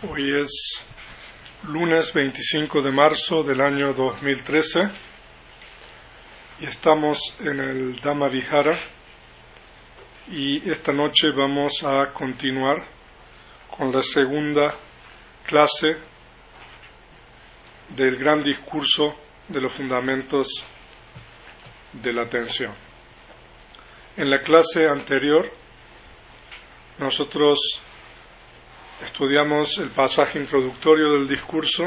Hoy es lunes 25 de marzo del año 2013 y estamos en el Dhamma Vihara y esta noche vamos a continuar con la segunda clase del gran discurso de los fundamentos de la atención. En la clase anterior nosotros estudiamos el pasaje introductorio del discurso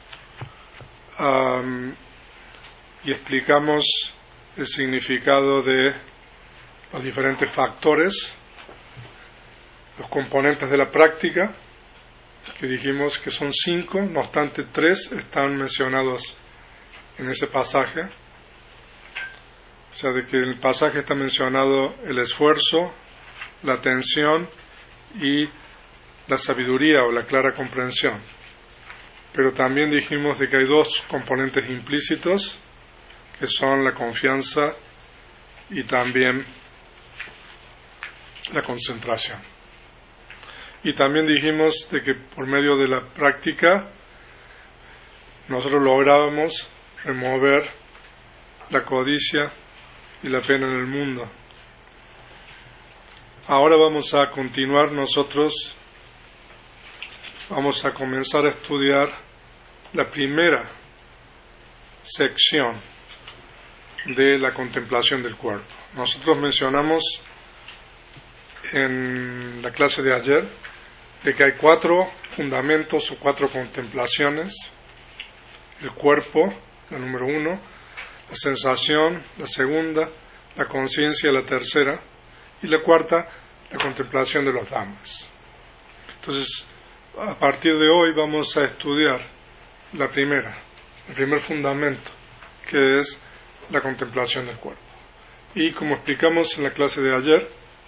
y explicamos el significado de los diferentes factores, los componentes de la práctica, que dijimos que son 5, no obstante 3 están mencionados en ese pasaje. O sea, de que en el pasaje está mencionado el esfuerzo, la atención y la sabiduría o la clara comprensión. Pero también dijimos de que hay 2 componentes implícitos, que son la confianza y también la concentración. Y también dijimos de que por medio de la práctica nosotros lográbamos remover la codicia y la pena en el mundo. Ahora vamos a continuar nosotros. Vamos a comenzar a estudiar la primera sección de la contemplación del cuerpo. Nosotros mencionamos en la clase de ayer de que hay 4 fundamentos o 4 contemplaciones: el cuerpo, la número 1, la sensación, la segunda, la conciencia, la tercera, y la cuarta, la contemplación de los dhammas. Entonces, a partir de hoy vamos a estudiar el primer fundamento, que es la contemplación del cuerpo. Y como explicamos en la clase de ayer,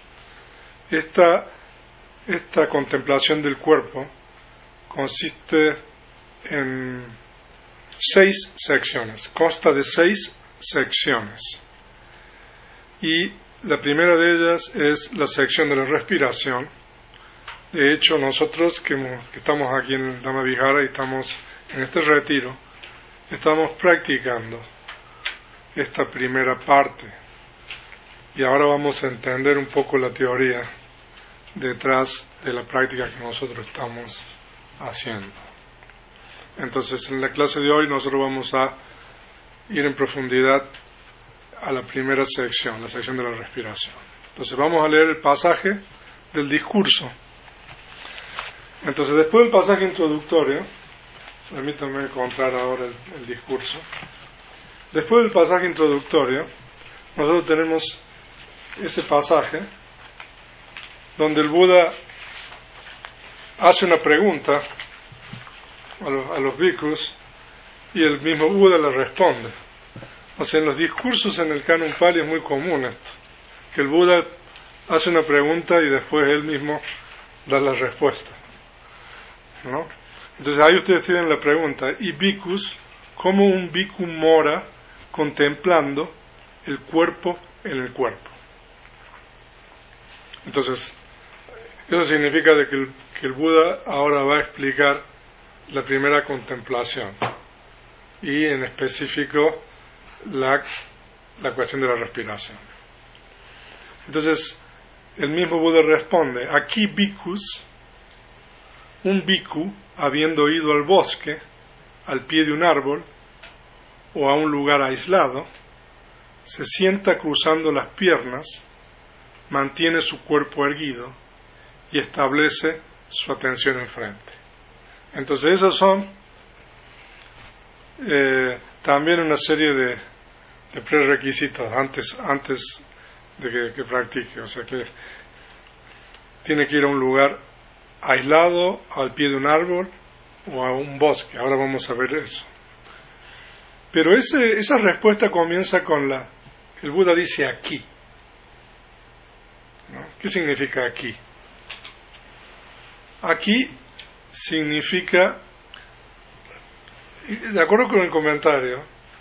esta contemplación del cuerpo consiste en 6 secciones, consta de 6 secciones. Y la primera de ellas es la sección de la respiración. De hecho, nosotros que estamos aquí en el Dhamma Vihara y estamos en este retiro, estamos practicando esta primera parte. Y ahora vamos a entender un poco la teoría detrás de la práctica que nosotros estamos haciendo. Entonces, en la clase de hoy nosotros vamos a ir en profundidad a la primera sección, la sección de la respiración. Entonces, vamos a leer el pasaje del discurso. Entonces, después del pasaje introductorio, permítanme encontrar ahora el discurso. Después del pasaje introductorio, nosotros tenemos ese pasaje donde el Buda hace una pregunta a los bhikkhus y el mismo Buda le responde. O sea, en los discursos en el Canon Pali es muy común esto, que el Buda hace una pregunta y después él mismo da la respuesta, ¿no? Entonces ahí ustedes tienen la pregunta: ¿y bhikkhus? ¿Cómo un bhikkhu mora contemplando el cuerpo en el cuerpo? Entonces, eso significa de que el Buda ahora va a explicar la primera contemplación y en específico la cuestión de la respiración. Entonces, el mismo Buda responde: aquí bhikkhus, un bhikkhu, habiendo ido al bosque, al pie de un árbol o a un lugar aislado, se sienta cruzando las piernas, mantiene su cuerpo erguido y establece su atención enfrente. Entonces, esos son también una serie de prerequisitos antes de que practique. O sea, que tiene que ir a un lugar aislado, al pie de un árbol o a un bosque. Ahora vamos a ver eso. Pero esa respuesta comienza con el Buda dice aquí, ¿no? ¿Qué significa aquí? Aquí significa, de acuerdo con el comentario,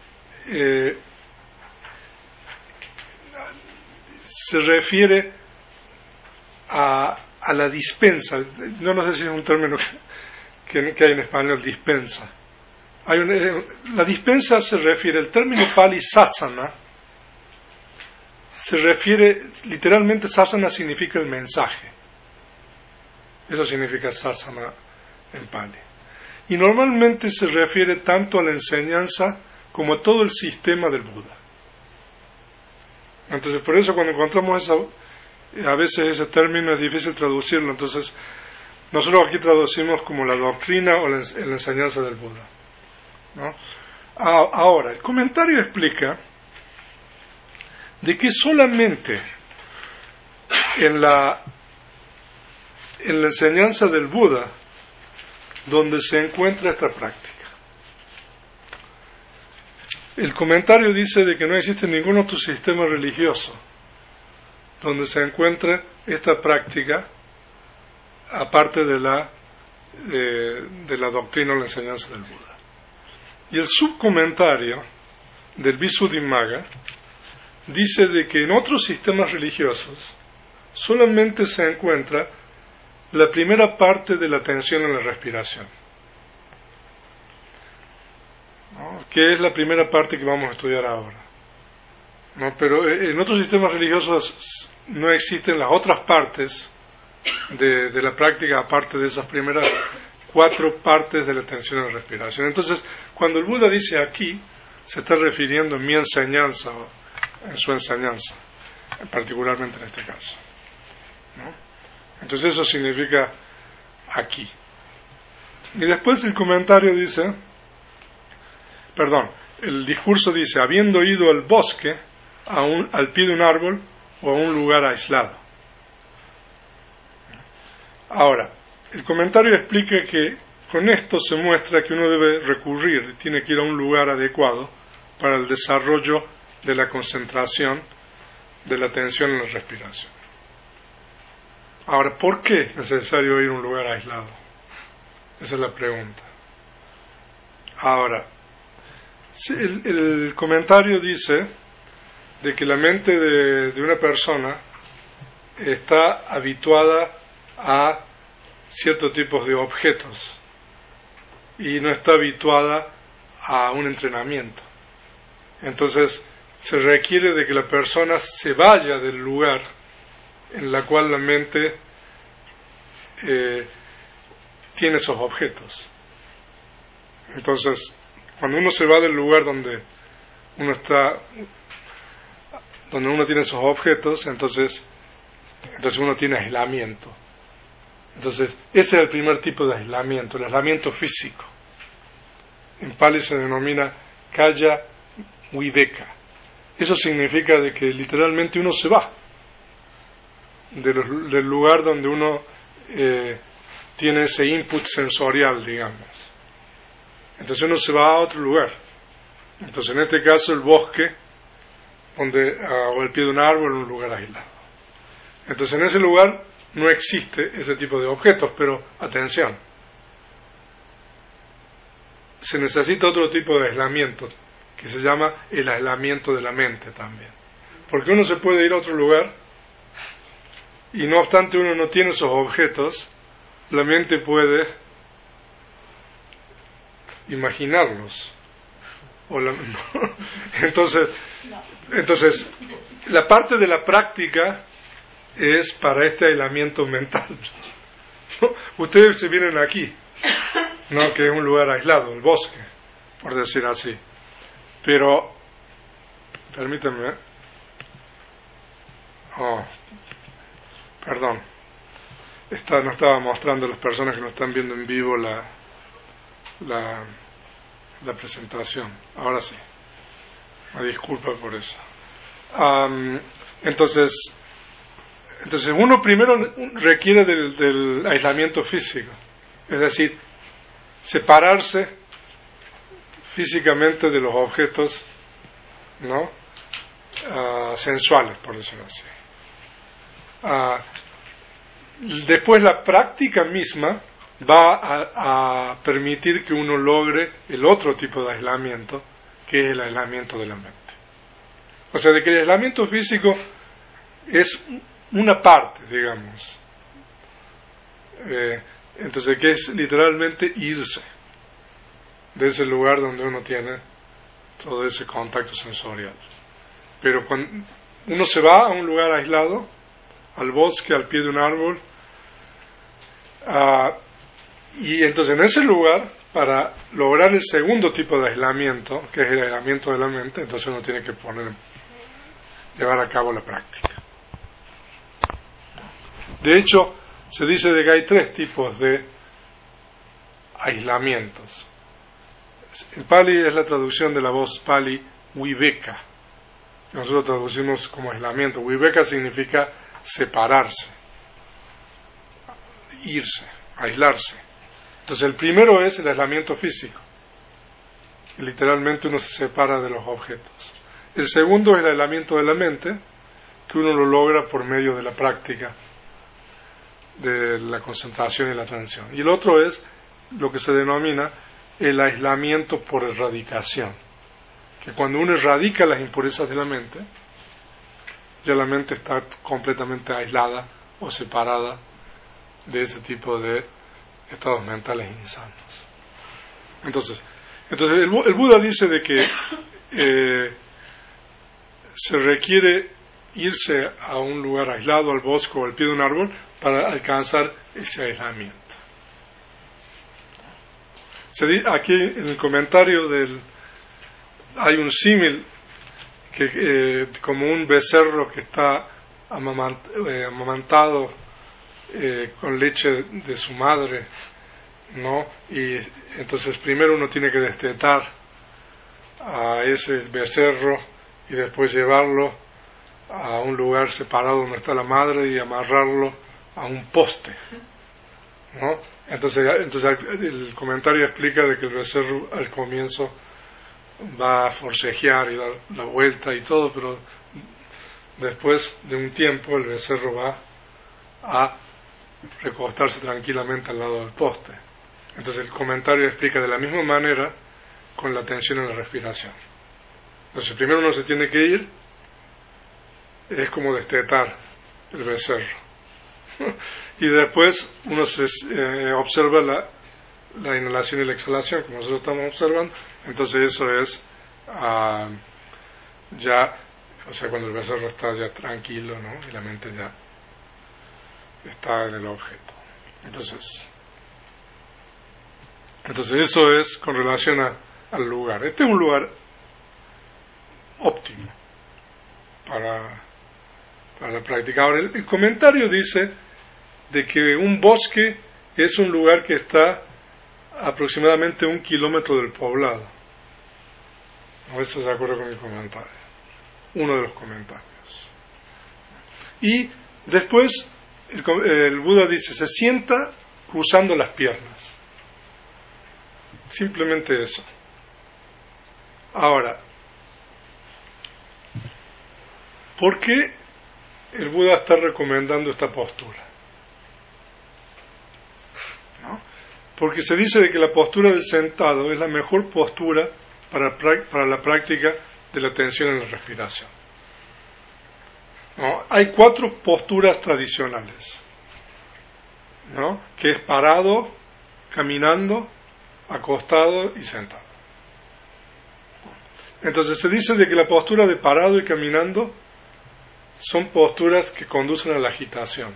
se refiere a la dispensa. No sé si es un término que hay en español dispensa. La dispensa se refiere, el término pali sasana, se refiere, literalmente sasana significa el mensaje. Eso significa sasana en pali. Y normalmente se refiere tanto a la enseñanza como a todo el sistema del Buda. Entonces, por eso cuando encontramos a veces ese término es difícil traducirlo. Entonces, nosotros aquí traducimos como la doctrina o la enseñanza del Buda, ¿no? Ahora, el comentario explica de que solamente en la enseñanza del Buda donde se encuentra esta práctica. El comentario dice de que no existe ningún otro sistema religioso donde se encuentre esta práctica aparte de la doctrina o la enseñanza del Buda. Y el subcomentario del Visuddhimagga dice de que en otros sistemas religiosos solamente se encuentra la primera parte de la atención en la respiración, ¿no? Que es la primera parte que vamos a estudiar ahora, ¿no? Pero en otros sistemas religiosos no existen las otras partes de la práctica aparte de esas primeras 4 partes de la atención en la respiración. Entonces, cuando el Buda dice aquí, se está refiriendo en mi enseñanza o en su enseñanza, particularmente en este caso, ¿no? Entonces eso significa aquí. Y después el comentario dice, el discurso dice, habiendo ido al bosque, al pie de un árbol o a un lugar aislado. Ahora, el comentario explica que con esto se muestra que uno debe recurrir, tiene que ir a un lugar adecuado para el desarrollo de la concentración, de la atención en la respiración. Ahora, ¿por qué es necesario ir a un lugar aislado? Esa es la pregunta. Ahora, el comentario dice de que la mente de una persona está habituada a ciertos tipos de objetos y no está habituada a un entrenamiento. Entonces, se requiere de que la persona se vaya del lugar en la cual la mente tiene esos objetos. Entonces, cuando uno se va del lugar donde uno tiene esos objetos, entonces uno tiene aislamiento. Entonces, ese es el primer tipo de aislamiento, el aislamiento físico. En Pali se denomina kaya viveka. Eso significa de que literalmente uno se va del lugar donde uno tiene ese input sensorial, digamos. Entonces uno se va a otro lugar. Entonces en este caso el bosque, o el pie de un árbol, en un lugar aislado. Entonces en ese lugar no existe ese tipo de objetos, pero atención, se necesita otro tipo de aislamiento que se llama el aislamiento de la mente también, porque uno se puede ir a otro lugar y no obstante uno no tiene esos objetos, la mente puede imaginarlos. Entonces, la parte de la práctica es para este aislamiento mental. Ustedes se vienen aquí, ¿no? Que es un lugar aislado, el bosque, por decir así. Pero, permítanme. Perdón. No estaba mostrando a las personas que nos están viendo en vivo la presentación. Ahora sí. Me disculpa por eso. Entonces uno primero requiere del aislamiento físico. Es decir, separarse físicamente de los objetos, ¿no? Sensuales, por decirlo así. Después la práctica misma va a permitir que uno logre el otro tipo de aislamiento, que es el aislamiento de la mente. O sea, de que el aislamiento físico es una parte, digamos, Entonces, que es literalmente irse de ese lugar donde uno tiene todo ese contacto sensorial. Pero cuando uno se va a un lugar aislado, al bosque, al pie de un árbol, y entonces en ese lugar, para lograr el segundo tipo de aislamiento, que es el aislamiento de la mente, entonces uno tiene que llevar a cabo la práctica. De hecho, se dice de que hay 3 tipos de aislamientos. En Pali es la traducción de la voz Pali Viveka, que nosotros traducimos como aislamiento. Viveka significa separarse, irse, aislarse. Entonces el primero es el aislamiento físico, y literalmente uno se separa de los objetos. El segundo es el aislamiento de la mente, que uno lo logra por medio de la práctica de la concentración y la atención. Y el otro es lo que se denomina el aislamiento por erradicación, que cuando uno erradica las impurezas de la mente, ya la mente está completamente aislada o separada de ese tipo de estados mentales insanos. Entonces el Buda dice de que se requiere irse a un lugar aislado, al bosque o al pie de un árbol, para alcanzar ese aislamiento. Aquí en el comentario hay un símil que como un becerro que está amamantado con leche de su madre, ¿no? Y entonces primero uno tiene que destetar a ese becerro y después llevarlo a un lugar separado donde está la madre y amarrarlo a un poste, ¿no? Entonces el comentario explica de que el becerro al comienzo va a forcejear y dar la vuelta y todo, pero después de un tiempo el becerro va a recostarse tranquilamente al lado del poste. Entonces el comentario explica de la misma manera con la atención en la respiración. Entonces primero uno se tiene que ir, es como destetar el becerro, y después uno observa la inhalación y la exhalación como nosotros estamos observando. Entonces eso es ya, o sea, cuando el becerro está ya tranquilo, ¿no? Y la mente ya está en el objeto. Entonces eso es con relación al lugar. Este es un lugar óptimo para la práctica. Ahora, el comentario dice de que un bosque es un lugar que está aproximadamente 1 kilómetro del poblado. No, eso de acuerdo con el comentario, uno de los comentarios. Y después el Buda dice, se sienta cruzando las piernas. Simplemente eso. Ahora, ¿por qué el Buda está recomendando esta postura? ¿No? Porque se dice de que la postura del sentado es la mejor postura para la práctica de la atención en la respiración. ¿No? Hay 4 posturas tradicionales, ¿no? Que es parado, caminando, acostado y sentado. Entonces se dice de que la postura de parado y caminando son posturas que conducen a la agitación,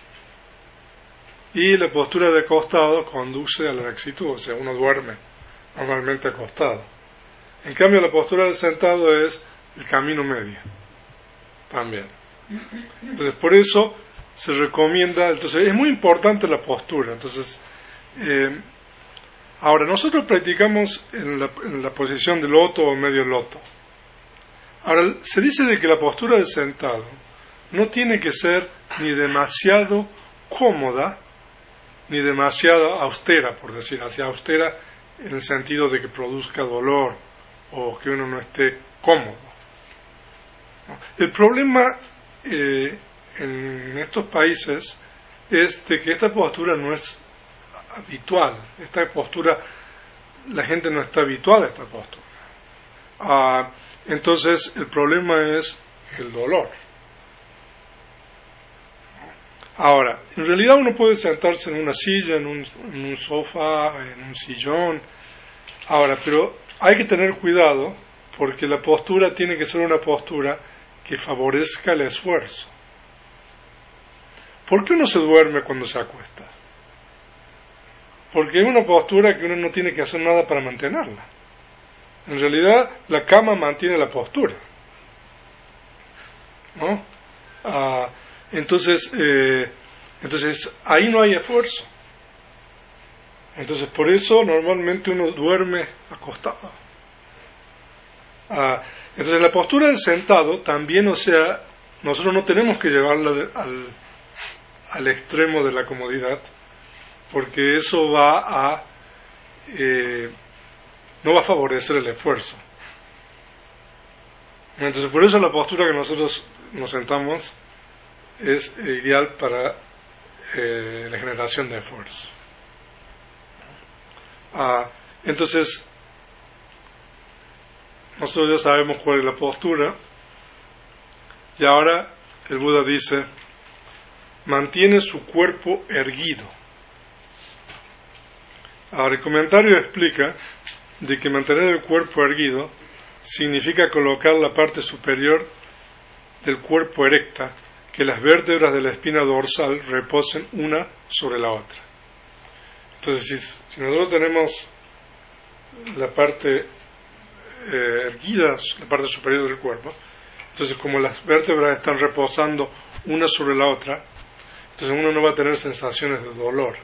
y la postura de acostado conduce a la laxitud, o sea, uno duerme normalmente acostado. En cambio la postura de sentado es el camino medio también. Entonces por eso se recomienda, entonces es muy importante la postura. Entonces ahora nosotros practicamos en la posición de loto o medio loto. Ahora se dice de que la postura de sentado no tiene que ser ni demasiado cómoda ni demasiado austera, por decir así, austera en el sentido de que produzca dolor o que uno no esté cómodo. El problema en estos países es de que esta postura no es habitual. Esta postura, la gente no está habituada a esta postura. Entonces el problema es el dolor. Ahora, en realidad uno puede sentarse en una silla, en un sofá, en un sillón. Ahora, pero hay que tener cuidado porque la postura tiene que ser una postura que favorezca el esfuerzo. ¿Por qué uno se duerme cuando se acuesta? Porque es una postura que uno no tiene que hacer nada para mantenerla. En realidad, la cama mantiene la postura, ¿no? Entonces ahí no hay esfuerzo. Entonces, por eso normalmente uno duerme acostado. Entonces, la postura del sentado también, o sea, nosotros no tenemos que llevarla al extremo de la comodidad, porque eso no va a favorecer el esfuerzo. Entonces, por eso la postura que nosotros nos sentamos es ideal para la generación de esfuerzo. Entonces, nosotros ya sabemos cuál es la postura, y ahora el Buda dice: mantiene su cuerpo erguido. Ahora, el comentario explica de que mantener el cuerpo erguido significa colocar la parte superior del cuerpo erecta, que las vértebras de la espina dorsal reposen una sobre la otra. Entonces, si nosotros tenemos la parte erguida, la parte superior del cuerpo, entonces como las vértebras están reposando una sobre la otra, entonces uno no va a tener sensaciones de dolor,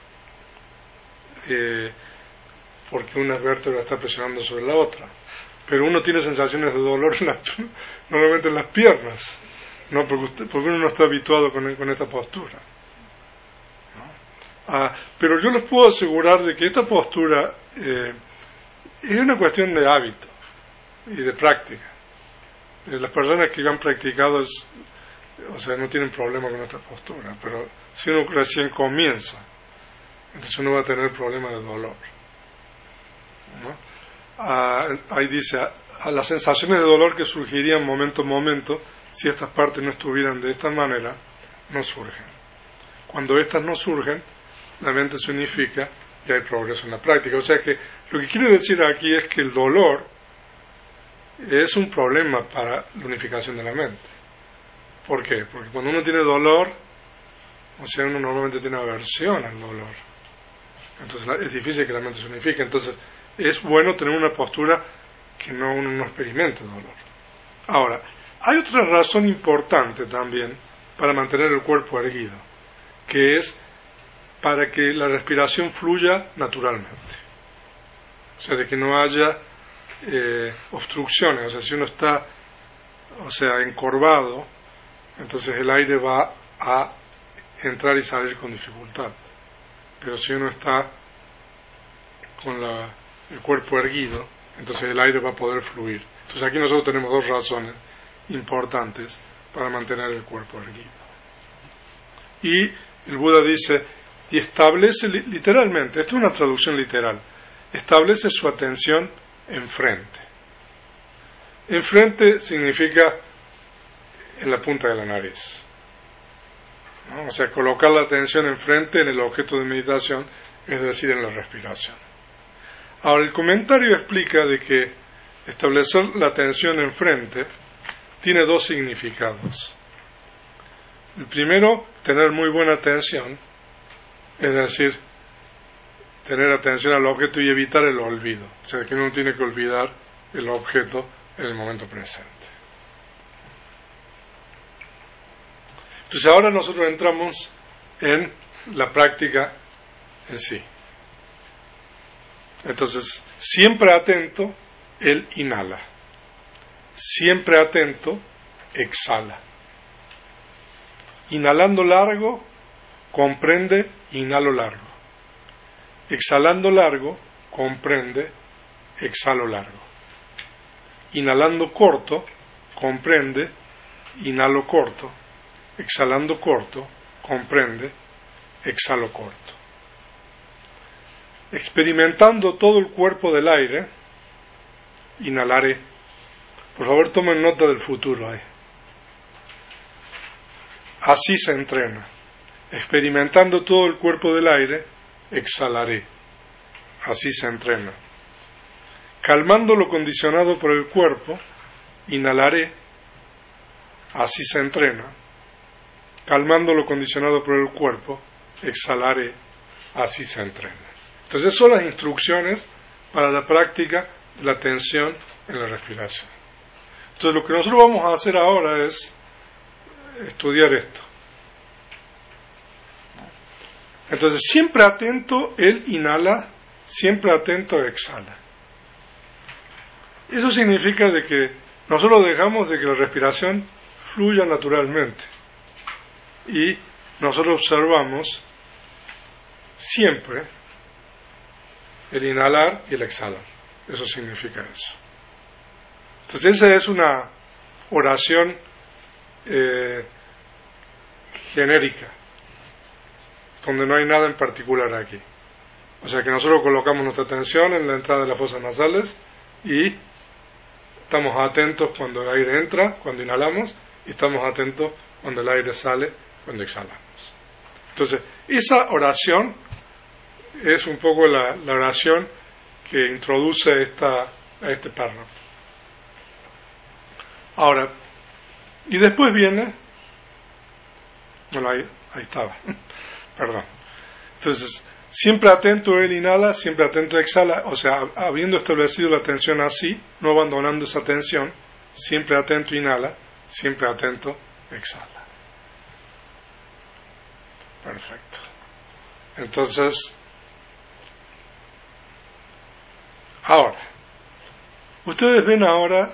porque una vértebra está presionando sobre la otra. Pero uno tiene sensaciones de dolor normalmente en las piernas, ¿no? Porque uno no está habituado con esta postura, ¿no? Pero yo les puedo asegurar de que esta postura es una cuestión de hábito y de práctica. Las personas que han practicado, o sea, no tienen problema con esta postura, pero si uno recién comienza, entonces uno va a tener problemas de dolor, ¿no? Ahí dice: a las sensaciones de dolor que surgirían momento a momento si estas partes no estuvieran de esta manera, no surgen. Cuando estas no surgen, la mente se unifica y hay progreso en la práctica. O sea que lo que quiere decir aquí es que el dolor es un problema para la unificación de la mente. ¿Por qué? Porque cuando uno tiene dolor, o sea, uno normalmente tiene aversión al dolor. Entonces es difícil que la mente se unifique. Entonces es bueno tener una postura que uno no experimente dolor. Ahora, hay otra razón importante también para mantener el cuerpo erguido, que es para que la respiración fluya naturalmente. O sea, de que no haya obstrucciones. O sea, si uno está, o sea, encorvado, entonces el aire va a entrar y salir con dificultad. Pero si uno está con el cuerpo erguido, entonces el aire va a poder fluir. Entonces aquí nosotros tenemos dos razones importantes para mantener el cuerpo erguido. Y el Buda dice, y establece literalmente, esta es una traducción literal, establece su atención enfrente. Enfrente significa en la punta de la nariz, ¿no? O sea, colocar la atención enfrente en el objeto de meditación, es decir, en la respiración. Ahora, el comentario explica de que establecer la atención enfrente tiene dos significados. El primero, tener muy buena atención, es decir, tener atención al objeto y evitar el olvido. O sea, que uno tiene que olvidar el objeto en el momento presente. Entonces ahora nosotros entramos en la práctica en sí. Entonces, siempre atento, él inhala. Siempre atento, exhala. Inhalando largo, comprende, inhalo largo. Exhalando largo, comprende, exhalo largo. Inhalando corto, comprende, inhalo corto. Exhalando corto, comprende, exhalo corto. Experimentando todo el cuerpo del aire, inhalaré. Por favor, tomen nota del futuro ahí. Así se entrena. Experimentando todo el cuerpo del aire, exhalaré. Así se entrena. Calmando lo condicionado por el cuerpo, inhalaré. Así se entrena. Calmando lo condicionado por el cuerpo, exhalaré. Así se entrena. Entonces son las instrucciones para la práctica de la atención en la respiración. Entonces lo que nosotros vamos a hacer ahora es estudiar esto. Entonces siempre atento, él inhala, siempre atento, exhala. Eso significa de que nosotros dejamos de que la respiración fluya naturalmente y nosotros observamos siempre el inhalar y el exhalar. Eso significa eso. Entonces esa es una oración genérica, donde no hay nada en particular aquí. O sea que nosotros colocamos nuestra atención en la entrada de las fosas nasales y estamos atentos cuando el aire entra, cuando inhalamos, y estamos atentos cuando el aire sale, cuando exhalamos. Entonces, esa oración es un poco la oración que introduce a este párrafo. Ahora, y después viene, bueno, ahí estaba, perdón. Entonces, siempre atento él inhala, siempre atento exhala, o sea, habiendo establecido la atención así, no abandonando esa atención, siempre atento inhala, siempre atento exhala. Perfecto. Entonces, ahora, ustedes ven ahora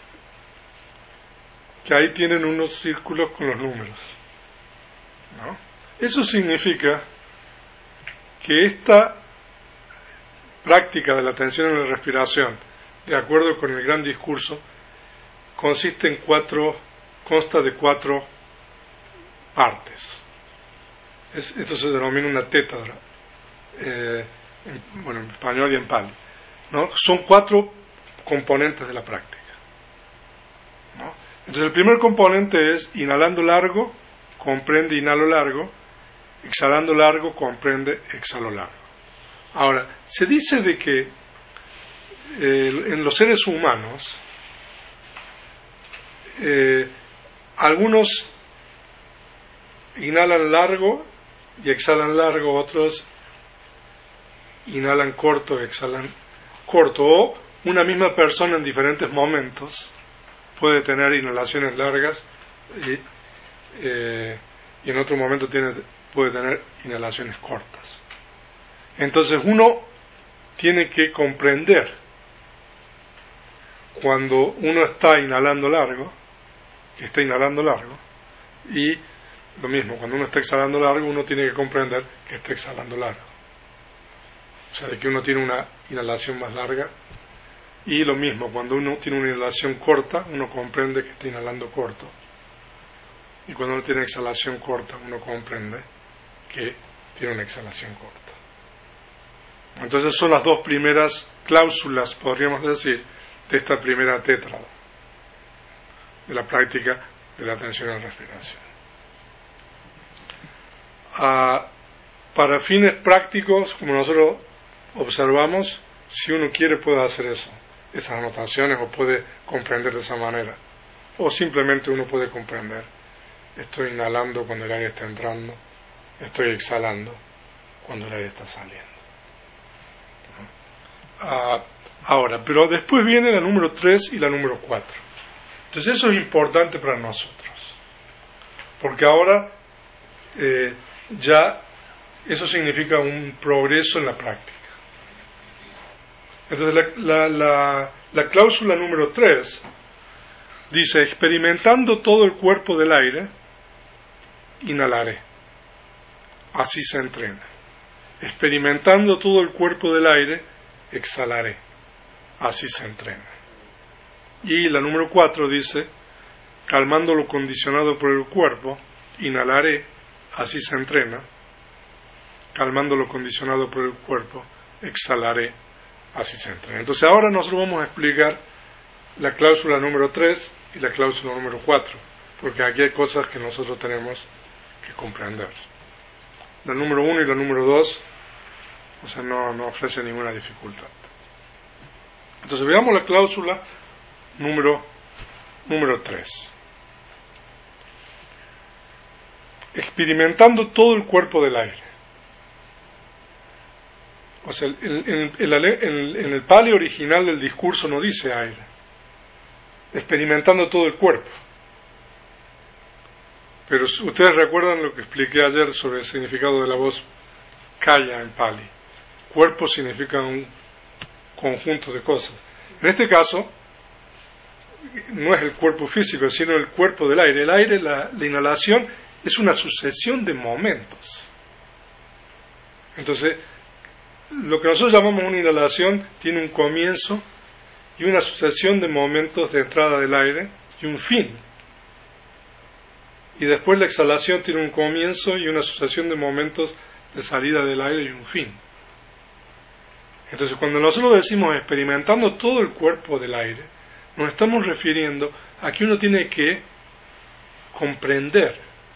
que ahí tienen unos círculos con los números, ¿no? Eso significa que esta práctica de la atención en la respiración, de acuerdo con el gran discurso, consta de 4 partes. Esto se denomina una tétadra, en español y en pali, ¿no? Son 4 componentes de la práctica, ¿no? Entonces el primer componente es inhalando largo, comprende inhalo largo, exhalando largo, comprende exhalo largo. Ahora, se dice de que en los seres humanos algunos inhalan largo y exhalan largo, otros inhalan corto y exhalan corto, o una misma persona en diferentes momentos puede tener inhalaciones largas y en otro momento puede tener inhalaciones cortas. Entonces uno tiene que comprender cuando uno está inhalando largo, que está inhalando largo, y lo mismo, cuando uno está exhalando largo, uno tiene que comprender que está exhalando largo. O sea, de que uno tiene una inhalación más larga, y lo mismo, cuando uno tiene una inhalación corta, uno comprende que está inhalando corto. Y cuando uno tiene exhalación corta, uno comprende que tiene una exhalación corta. Entonces son las 2 primeras cláusulas, podríamos decir, de esta primera tétrada, de la práctica de la atención a la respiración. Para fines prácticos, como nosotros observamos, si uno quiere puede hacer eso, esas anotaciones, o puede comprender de esa manera, o simplemente uno puede comprender: estoy inhalando cuando el aire está entrando, estoy exhalando cuando el aire está saliendo. Ahora, pero después viene la número 3 y la número 4. Entonces eso es importante para nosotros, porque ahora ya eso significa un progreso en la práctica. Entonces la cláusula número 3 dice: experimentando todo el cuerpo del aire, inhalaré. Así se entrena. Experimentando todo el cuerpo del aire, exhalaré. Así se entrena. Y la número 4 dice: calmando lo condicionado por el cuerpo, inhalaré. Así se entrena. Calmando lo condicionado por el cuerpo, exhalaré. Así se entrena. Entonces ahora nosotros vamos a explicar la cláusula número 3 y la cláusula número 4, porque aquí hay cosas que nosotros tenemos que comprender. la número 1 y la número 2, o sea, no ofrece ninguna dificultad. Entonces veamos la cláusula número 3. Experimentando todo el cuerpo del aire. O sea, en el Pali original del discurso no dice aire. Experimentando todo el cuerpo. Pero ustedes recuerdan lo que expliqué ayer sobre el significado de la voz kaya en Pali. Cuerpo significa un conjunto de cosas. En este caso, no es el cuerpo físico, sino el cuerpo del aire. El aire, la inhalación, es una sucesión de momentos. Entonces, lo que nosotros llamamos una inhalación tiene un comienzo y una sucesión de momentos de entrada del aire y un fin. Y después la exhalación tiene un comienzo y una sucesión de momentos de salida del aire y un fin. Entonces, cuando nosotros decimos experimentando todo el cuerpo del aire, nos estamos refiriendo a que uno tiene que comprender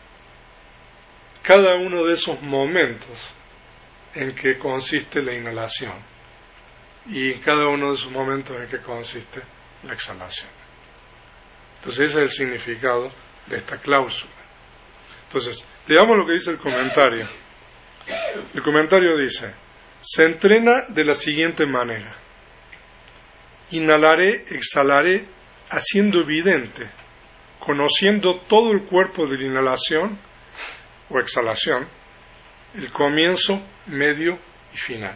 cada uno de esos momentos en que consiste la inhalación y en cada uno de esos momentos en que consiste la exhalación. Entonces, ese es el significado de esta cláusula. Entonces, leamos lo que dice el comentario. El comentario dice: se entrena de la siguiente manera: inhalaré, exhalaré, haciendo evidente, conociendo todo el cuerpo de la inhalación o exhalación, el comienzo, medio y final.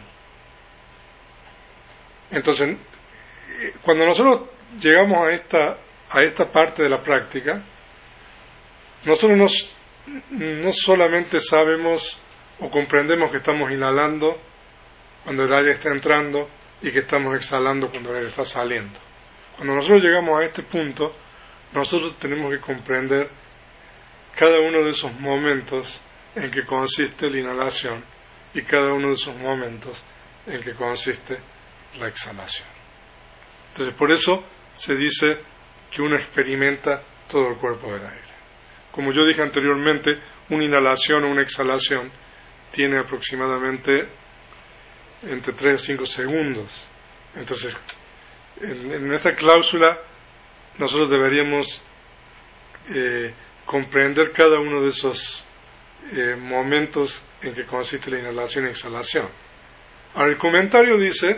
Entonces, cuando nosotros llegamos a esta parte de la práctica, nosotros no solamente sabemos o comprendemos que estamos inhalando cuando el aire está entrando y que estamos exhalando cuando el aire está saliendo. Cuando nosotros llegamos a este punto, nosotros tenemos que comprender cada uno de esos momentos en que consiste la inhalación y cada uno de esos momentos en que consiste la exhalación. Entonces, por eso se dice que uno experimenta todo el cuerpo del aire. Como yo dije anteriormente, una inhalación o una exhalación tiene aproximadamente entre 3 o 5 segundos. Entonces, en esta cláusula nosotros deberíamos comprender cada uno de esos momentos en que consiste la inhalación y exhalación. Ahora, el comentario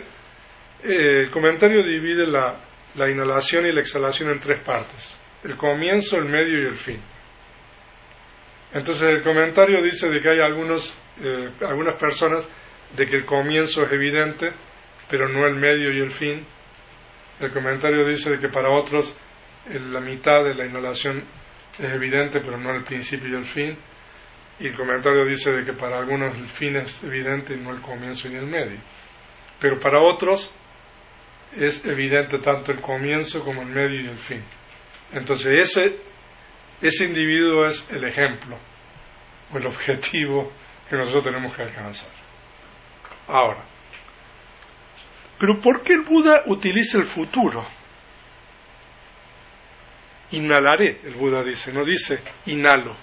divide la inhalación y la exhalación en 3 partes: el comienzo, el medio y el fin. Entonces, el comentario dice de que hay algunas personas de que el comienzo es evidente, pero no el medio y el fin. El comentario dice de que para otros la mitad de la inhalación es evidente, pero no el principio y el fin. Y el comentario dice de que para algunos el fin es evidente y no el comienzo ni el medio. Pero para otros es evidente tanto el comienzo como el medio y el fin. Entonces ese individuo es el ejemplo o el objetivo que nosotros tenemos que alcanzar. Ahora, ¿pero por qué el Buda utiliza el futuro? Inhalaré, el Buda dice, no dice inhalo,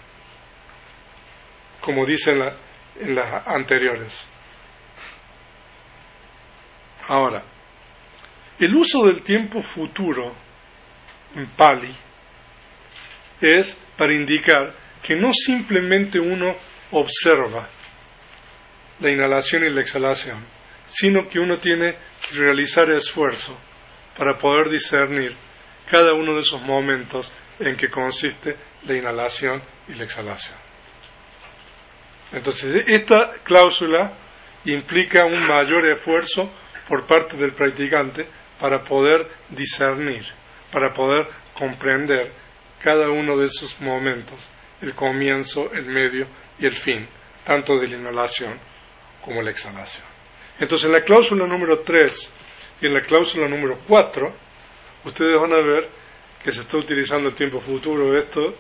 como dice en las anteriores. Ahora, el uso del tiempo futuro en Pali es para indicar que no simplemente uno observa la inhalación y la exhalación, sino que uno tiene que realizar esfuerzo para poder discernir cada uno de esos momentos en que consiste la inhalación y la exhalación. Entonces, esta cláusula implica un mayor esfuerzo por parte del practicante para poder discernir, para poder comprender cada uno de esos momentos, el comienzo, el medio y el fin, tanto de la inhalación como la exhalación. Entonces, en la cláusula número 3 y en la cláusula número 4, ustedes van a ver que se está utilizando el tiempo futuro. Esto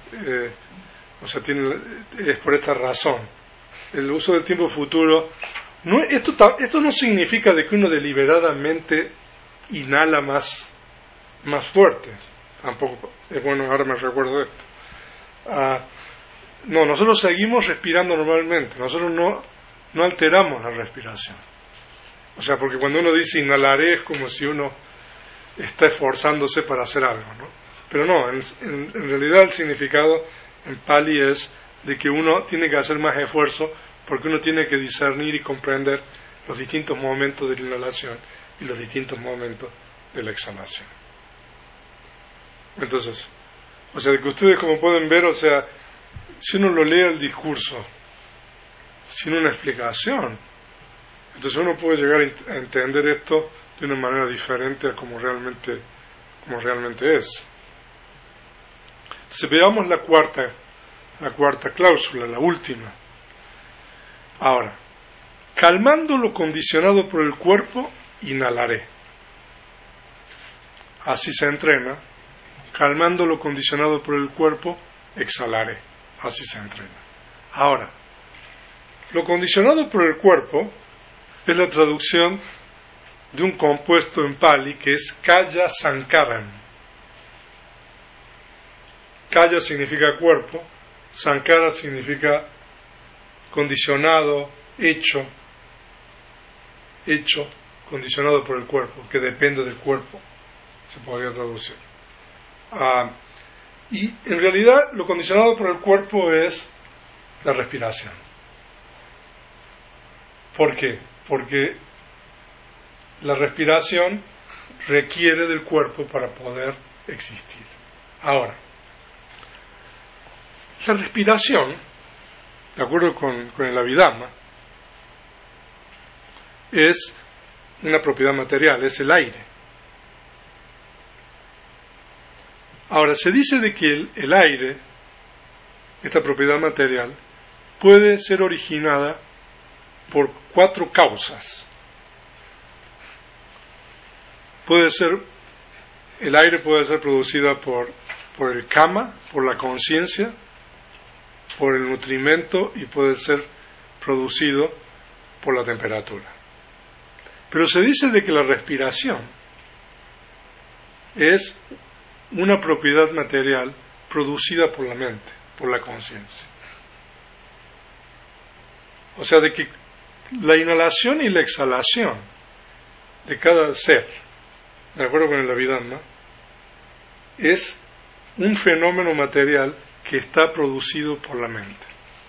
es por esta razón. El uso del tiempo futuro, esto no significa de que uno deliberadamente inhala más fuerte. Tampoco es bueno, ahora me recuerdo de esto. No, nosotros seguimos respirando normalmente, nosotros no alteramos la respiración. O sea, porque cuando uno dice inhalaré es como si uno está esforzándose para hacer algo, ¿no? Pero no, en realidad el significado en Pali es de que uno tiene que hacer más esfuerzo porque uno tiene que discernir y comprender los distintos momentos de la inhalación y los distintos momentos de la exhalación. Entonces, o sea, que ustedes como pueden ver, o sea, si uno lo lee el discurso sin una explicación, entonces uno puede llegar a entender esto de una manera diferente a como realmente es. Entonces veamos la cuarta cláusula, la última. Ahora, calmando lo condicionado por el cuerpo, inhalaré. Así se entrena. Calmando lo condicionado por el cuerpo, exhalaré. Así se entrena. Ahora, lo condicionado por el cuerpo es la traducción de un compuesto en Pali que es Kaya Sankaram. Kaya significa cuerpo, Sankara significa condicionado, hecho, condicionado por el cuerpo, que depende del cuerpo, se podría traducir. Y en realidad lo condicionado por el cuerpo es la respiración. ¿Por qué? Porque la respiración requiere del cuerpo para poder existir. Ahora, la respiración, de acuerdo con el Abhidhamma, es una propiedad material, es el aire. Ahora, se dice de que el aire, esta propiedad material, puede ser originada por 4 causas. El aire puede ser producida por el kama, por la conciencia, por el nutrimento y puede ser producido por la temperatura. Pero se dice de que la respiración es una propiedad material producida por la mente, por la conciencia. O sea, de que la inhalación y la exhalación de cada ser, de acuerdo con el Abhidhamma, es un fenómeno material que está producido por la mente.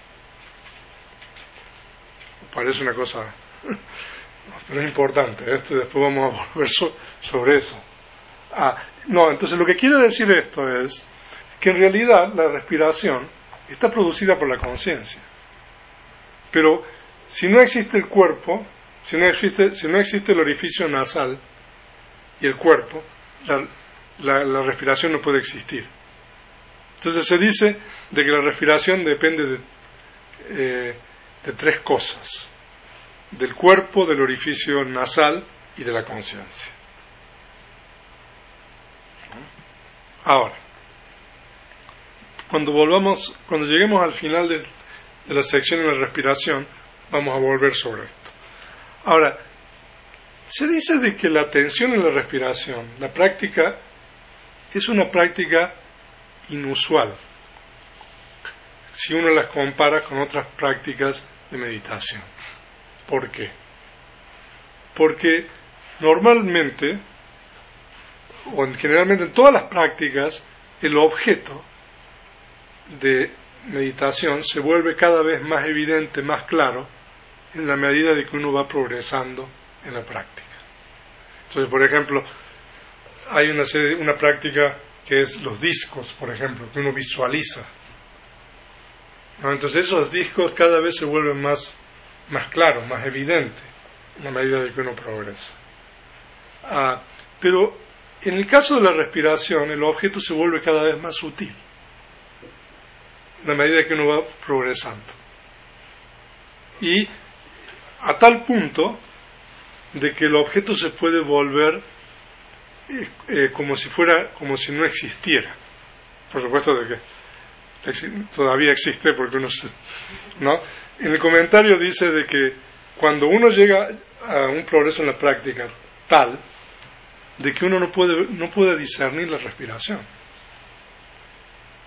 Parece una cosa, pero es importante, esto después vamos a volver sobre eso. Entonces lo que quiere decir esto es que en realidad la respiración está producida por la conciencia. Pero si no existe el cuerpo, si no existe el orificio nasal y el cuerpo, la respiración no puede existir. Entonces se dice de que la respiración depende de 3 cosas: del cuerpo, del orificio nasal y de la conciencia. Ahora, cuando lleguemos al final de la sección de la respiración, vamos a volver sobre esto. Ahora, se dice de que la atención en la respiración, la práctica, es una práctica inusual si uno las compara con otras prácticas de meditación. ¿Por qué? Porque normalmente, o generalmente en todas las prácticas, el objeto de meditación se vuelve cada vez más evidente, más claro, en la medida de que uno va progresando en la práctica. Entonces, por ejemplo, hay una práctica que es los discos, por ejemplo, que uno visualiza, ¿no? Entonces esos discos cada vez se vuelven más claros, más evidentes, en la medida de que uno progresa. Pero en el caso de la respiración, el objeto se vuelve cada vez más sutil, en la medida que uno va progresando. Y a tal punto de que el objeto se puede volver como si no existiera. Por supuesto de que todavía existe porque uno ¿no? En el comentario dice de que cuando uno llega a un progreso en la práctica tal de que uno no puede discernir la respiración.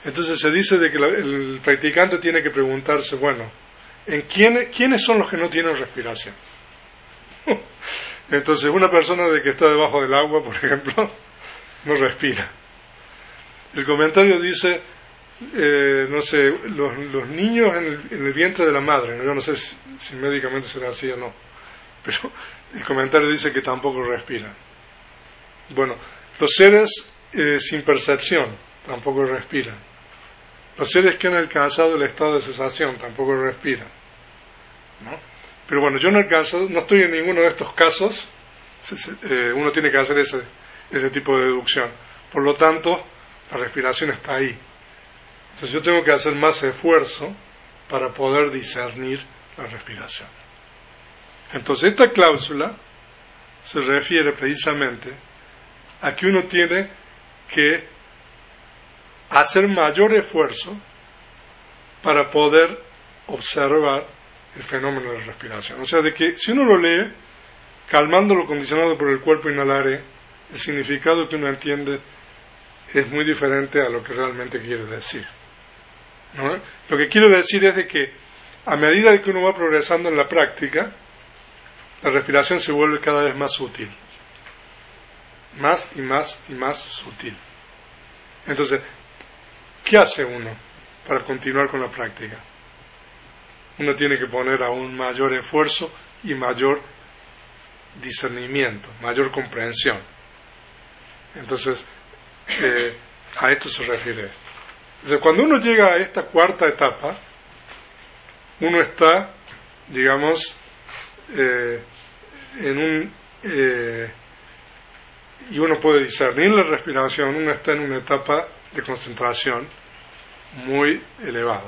Entonces se dice de que el practicante tiene que preguntarse, bueno, ¿quiénes son los que no tienen respiración? Entonces una persona de que está debajo del agua, por ejemplo, no respira. El comentario dice, no sé, los niños en el vientre de la madre, yo no sé si médicamente será así o no, pero el comentario dice que tampoco respiran. Bueno, los seres sin percepción tampoco respiran. Los seres que han alcanzado el estado de cesación tampoco respiran, ¿no? Pero bueno, yo no estoy en ninguno de estos casos. Uno tiene que hacer ese tipo de deducción. Por lo tanto, la respiración está ahí. Entonces yo tengo que hacer más esfuerzo para poder discernir la respiración. Entonces esta cláusula se refiere precisamente a que uno tiene que hacer mayor esfuerzo para poder observar el fenómeno de la respiración. O sea, de que si uno lo lee, calmando lo condicionado por el cuerpo inhalaré, el significado que uno entiende es muy diferente a lo que realmente quiere decir, ¿no? Lo que quiero decir es de que a medida de que uno va progresando en la práctica, la respiración se vuelve cada vez más sutil, más y más y más sutil. Entonces, ¿qué hace uno para continuar con la práctica? Uno tiene que poner aún mayor esfuerzo y mayor discernimiento, mayor comprensión. Entonces, a esto se refiere esto. Entonces, cuando uno llega a esta cuarta etapa, uno está, digamos, y uno puede discernir la respiración, uno está en una etapa de concentración muy elevada.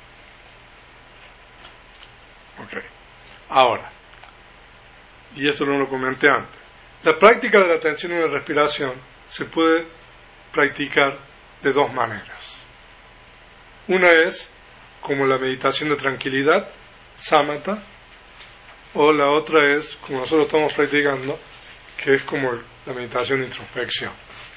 Ok. Ahora, y esto no lo comenté antes, la práctica de la atención en la respiración se puede practicar de dos maneras. Una es como la meditación de tranquilidad, samatha, o la otra es, como nosotros estamos practicando, que es como la meditación de introspección.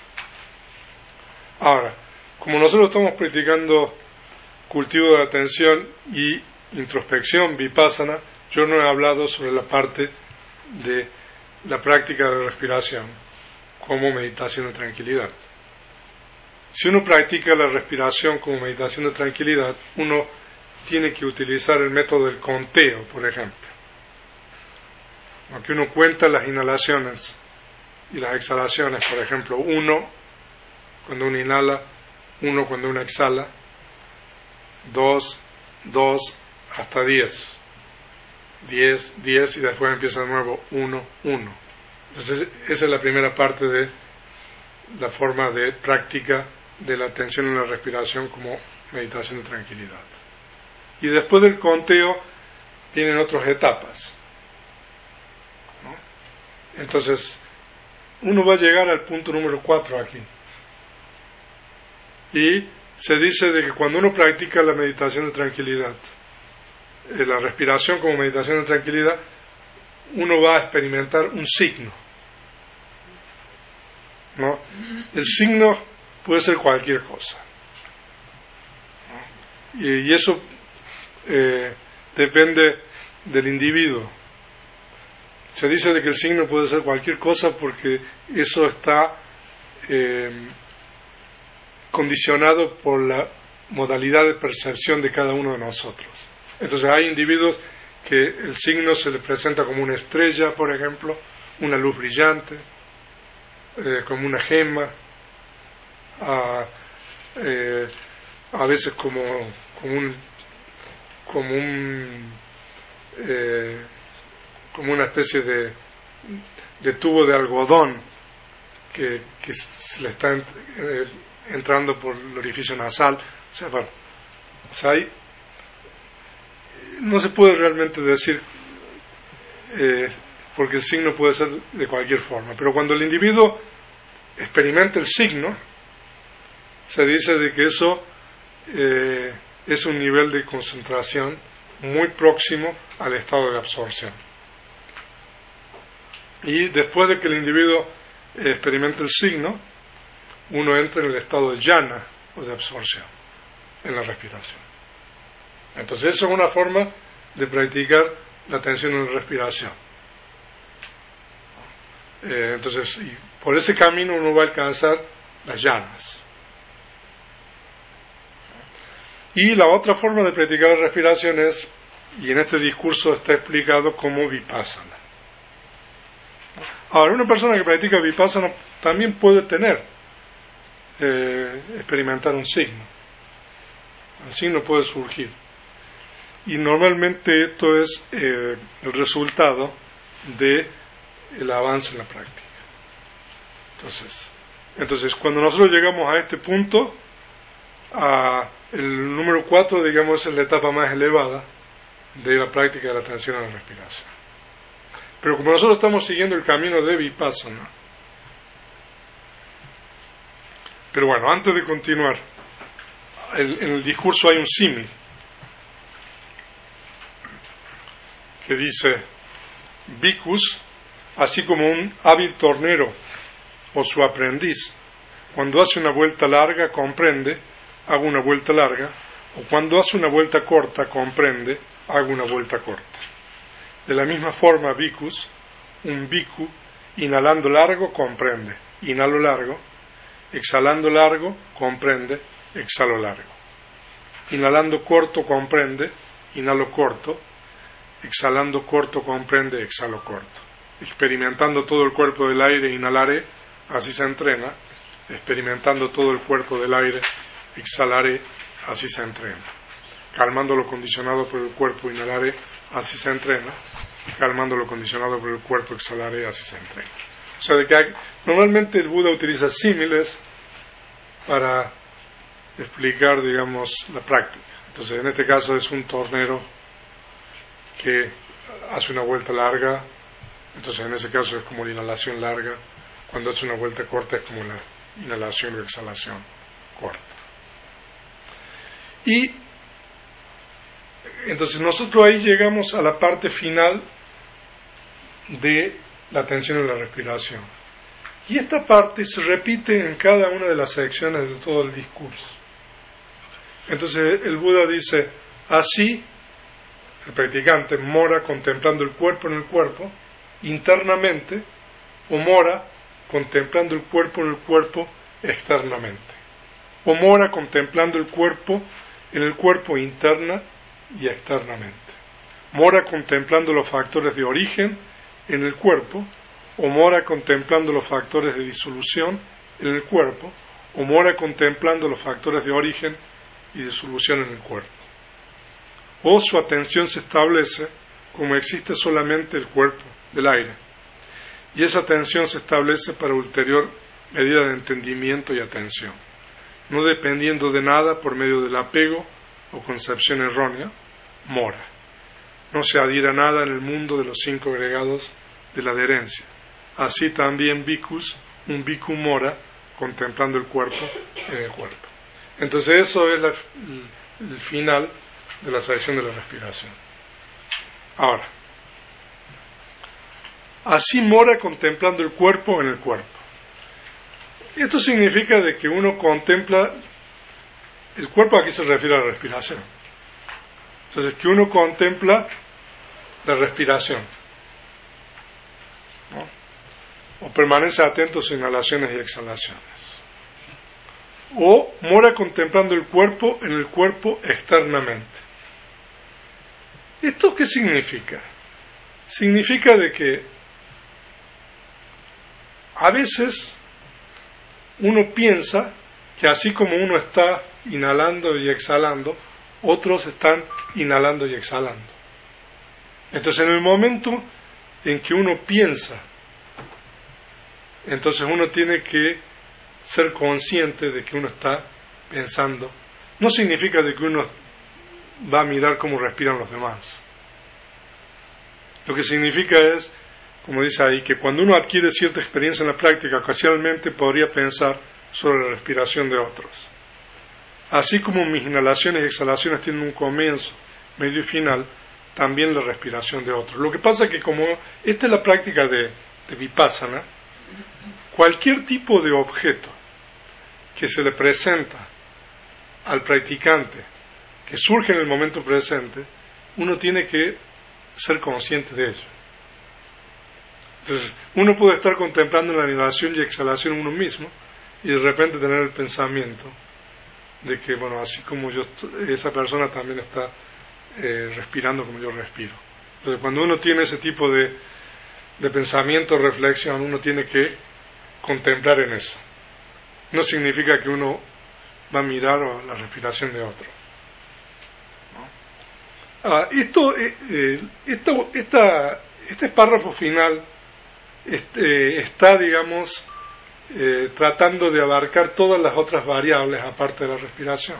Ahora, como nosotros estamos practicando cultivo de la atención y introspección, vipassana, yo no he hablado sobre la parte de la práctica de la respiración como meditación de tranquilidad. Si uno practica la respiración como meditación de tranquilidad, uno tiene que utilizar el método del conteo, por ejemplo. Aunque uno cuenta las inhalaciones y las exhalaciones, por ejemplo, 1 cuando uno inhala, 1 cuando uno exhala, 2 hasta 10, 10 y después empieza de nuevo 1. Entonces esa es la primera parte de la forma de práctica de la atención en la respiración como meditación de tranquilidad. Y después del conteo vienen otras etapas, ¿no? Entonces uno va a llegar al punto número 4 aquí. Y se dice de que cuando uno practica la meditación de tranquilidad, la respiración como meditación de tranquilidad, uno va a experimentar un signo, ¿no? El signo puede ser cualquier cosa, ¿no? Y eso depende del individuo. Se dice de que el signo puede ser cualquier cosa porque eso está condicionado por la modalidad de percepción de cada uno de nosotros. Entonces hay individuos que el signo se les presenta como una estrella, por ejemplo, una luz brillante, como una gema, a veces como una especie de tubo de algodón que se le está entrando por el orificio nasal. O sea, bueno, no se puede realmente decir porque el signo puede ser de cualquier forma, pero cuando el individuo experimenta el signo, se dice de que eso es un nivel de concentración muy próximo al estado de absorción. Y después de que el individuo experimente el signo, uno entra en el estado de jhana o de absorción. en la respiración. Entonces, eso es una forma de practicar la atención en la respiración. Entonces, y por ese camino uno va a alcanzar las llanas. Y la otra forma de practicar la respiración es, y en este discurso está explicado como vipassana. Ahora, una persona que practica vipassana también puede tener, experimentar un signo. El signo puede surgir. Y normalmente esto es el resultado del avance en la práctica. Entonces, cuando nosotros llegamos a este punto, el número 4, digamos, es la etapa más elevada de la práctica de la atención a la respiración. Pero como nosotros estamos siguiendo el camino de vipassana, pero bueno, antes de continuar, en el discurso hay un símil que dice: bhikkhus, así como un hábil tornero o su aprendiz, cuando hace una vuelta larga comprende, hago una vuelta larga, o cuando hace una vuelta corta comprende, hago una vuelta corta. De la misma forma, bhikkhus, un bhikkhu, inhalando largo comprende, inhalo largo, exhalando largo comprende, exhalo largo. Inhalando corto comprende, inhalo corto, exhalando corto comprende, exhalo corto. Experimentando todo el cuerpo del aire, inhalaré, así se entrena. Experimentando todo el cuerpo del aire, exhalaré, así se entrena. Calmando lo condicionado por el cuerpo, inhalaré, así se entrena. Calmando lo condicionado por el cuerpo, exhalaré, así se entrena. O sea, de que normalmente el Buda utiliza símiles para explicar, digamos, la práctica. Entonces, en este caso es un tornero que hace una vuelta larga. Entonces, en ese caso es como la inhalación larga. Cuando hace una vuelta corta es como la inhalación o exhalación corta. Y entonces nosotros ahí llegamos a la parte final de la atención en la respiración. Y esta parte se repite en cada una de las secciones de todo el discurso. Entonces el Buda dice: así el practicante mora contemplando el cuerpo en el cuerpo internamente, o mora contemplando el cuerpo en el cuerpo externamente, o mora contemplando el cuerpo en el cuerpo interna y externamente, mora contemplando los factores de origen en el cuerpo, o mora contemplando los factores de disolución en el cuerpo, o mora contemplando los factores de origen y disolución en el cuerpo. O su atención se establece como existe solamente el cuerpo del aire, y esa atención se establece para ulterior medida de entendimiento y atención, no dependiendo de nada por medio del apego o concepción errónea, mora. No se adhiera a nada en el mundo de los 5 agregados de la adherencia. Así también bhikkhus, un bhikkhu mora contemplando el cuerpo en el cuerpo. Entonces eso es el final de la sección de la respiración. Ahora, así mora contemplando el cuerpo en el cuerpo. Esto significa de que uno contempla el cuerpo, aquí se refiere a la respiración. Entonces, que uno contempla la respiración, ¿no? O permanece atento a sus inhalaciones y exhalaciones. O mora contemplando el cuerpo en el cuerpo externamente. ¿Esto qué significa? Significa de que a veces uno piensa que así como uno está inhalando y exhalando, otros están inhalando y exhalando. Entonces, en el momento en que uno piensa, entonces uno tiene que ser consciente de que uno está pensando. No significa de que uno va a mirar cómo respiran los demás. Lo que significa es, como dice ahí, que cuando uno adquiere cierta experiencia en la práctica, ocasionalmente podría pensar sobre la respiración de otros. Así como mis inhalaciones y exhalaciones tienen un comienzo, medio y final, también la respiración de otros. Lo que pasa es que como esta es la práctica de vipassana, cualquier tipo de objeto que se le presenta al practicante que surge en el momento presente, uno tiene que ser consciente de ello. Entonces, uno puede estar contemplando la inhalación y exhalación en uno mismo y de repente tener el pensamiento de que, bueno, así como yo, esa persona también está respirando como yo respiro. Entonces, cuando uno tiene ese tipo de pensamiento, reflexión, uno tiene que contemplar en eso. No significa que uno va a mirar a la respiración de otro. Este párrafo final está, digamos, tratando de abarcar todas las otras variables aparte de la respiración.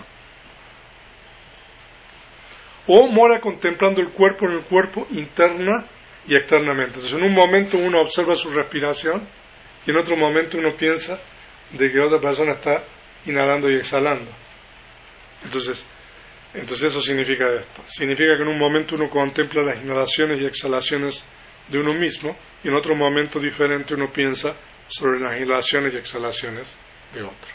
O mora contemplando el cuerpo en el cuerpo interna y externamente. Entonces, en un momento uno observa su respiración y en otro momento uno piensa de que otra persona está inhalando y exhalando. Entonces eso significa esto. Significa que en un momento uno contempla las inhalaciones y exhalaciones de uno mismo y en otro momento diferente uno piensa sobre las inhalaciones y exhalaciones de otro.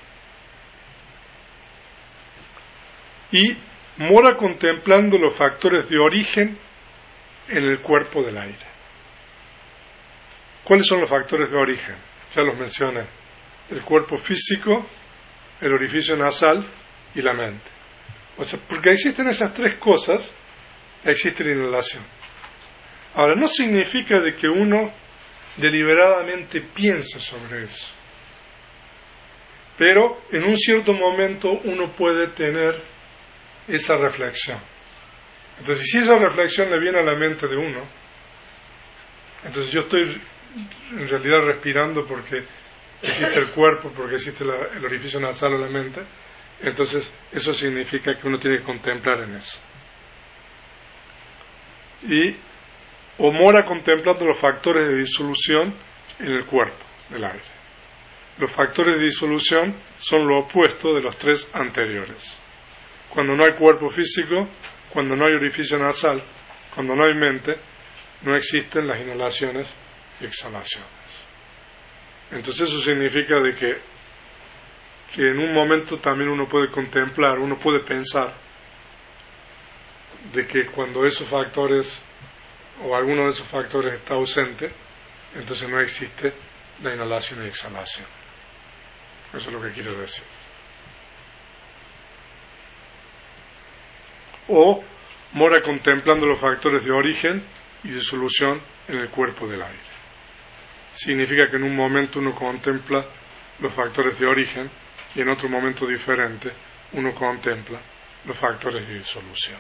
Y mora contemplando los factores de origen en el cuerpo del aire. ¿Cuáles son los factores de origen? Ya los mencioné. El cuerpo físico, el orificio nasal y la mente. O sea, porque existen esas tres cosas, existe la inhalación. Ahora, no significa de que uno deliberadamente piense sobre eso. Pero en un cierto momento uno puede tener esa reflexión. Entonces, si esa reflexión le viene a la mente de uno, entonces yo estoy en realidad respirando porque existe el cuerpo, porque existe el orificio nasal o la mente, entonces eso significa que uno tiene que contemplar en eso. Y o mora contemplando los factores de disolución en el cuerpo del aire. Los factores de disolución son lo opuesto de los tres anteriores. Cuando no hay cuerpo físico, cuando no hay orificio nasal, cuando no hay mente, no existen las inhalaciones y exhalaciones. Entonces eso significa de que en un momento también uno puede contemplar, uno puede pensar de que cuando esos factores o alguno de esos factores está ausente, entonces no existe la inhalación y exhalación. Eso es lo que quiero decir. O mora contemplando los factores de origen y disolución en el cuerpo del aire. Significa que en un momento uno contempla los factores de origen y en otro momento diferente uno contempla los factores de disolución.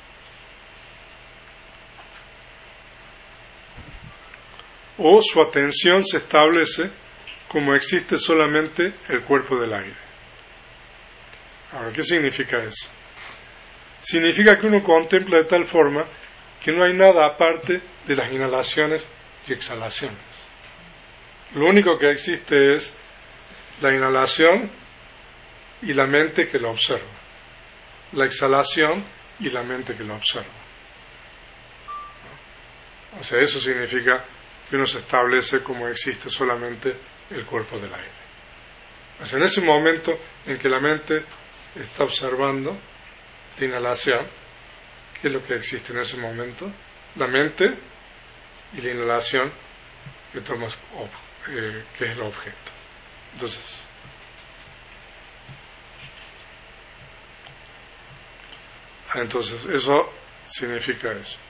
O su atención se establece como existe solamente el cuerpo del aire. Ahora, ¿qué significa eso? Significa que uno contempla de tal forma que no hay nada aparte de las inhalaciones y exhalaciones. Lo único que existe es la inhalación y la mente que lo observa, la exhalación y la mente que lo observa. O sea, eso significa que uno se establece como existe solamente el cuerpo del aire. O sea, en ese momento en que la mente está observando la inhalación, ¿qué es lo que existe en ese momento? La mente y la inhalación que tomas, que es el objeto. Entonces eso significa eso.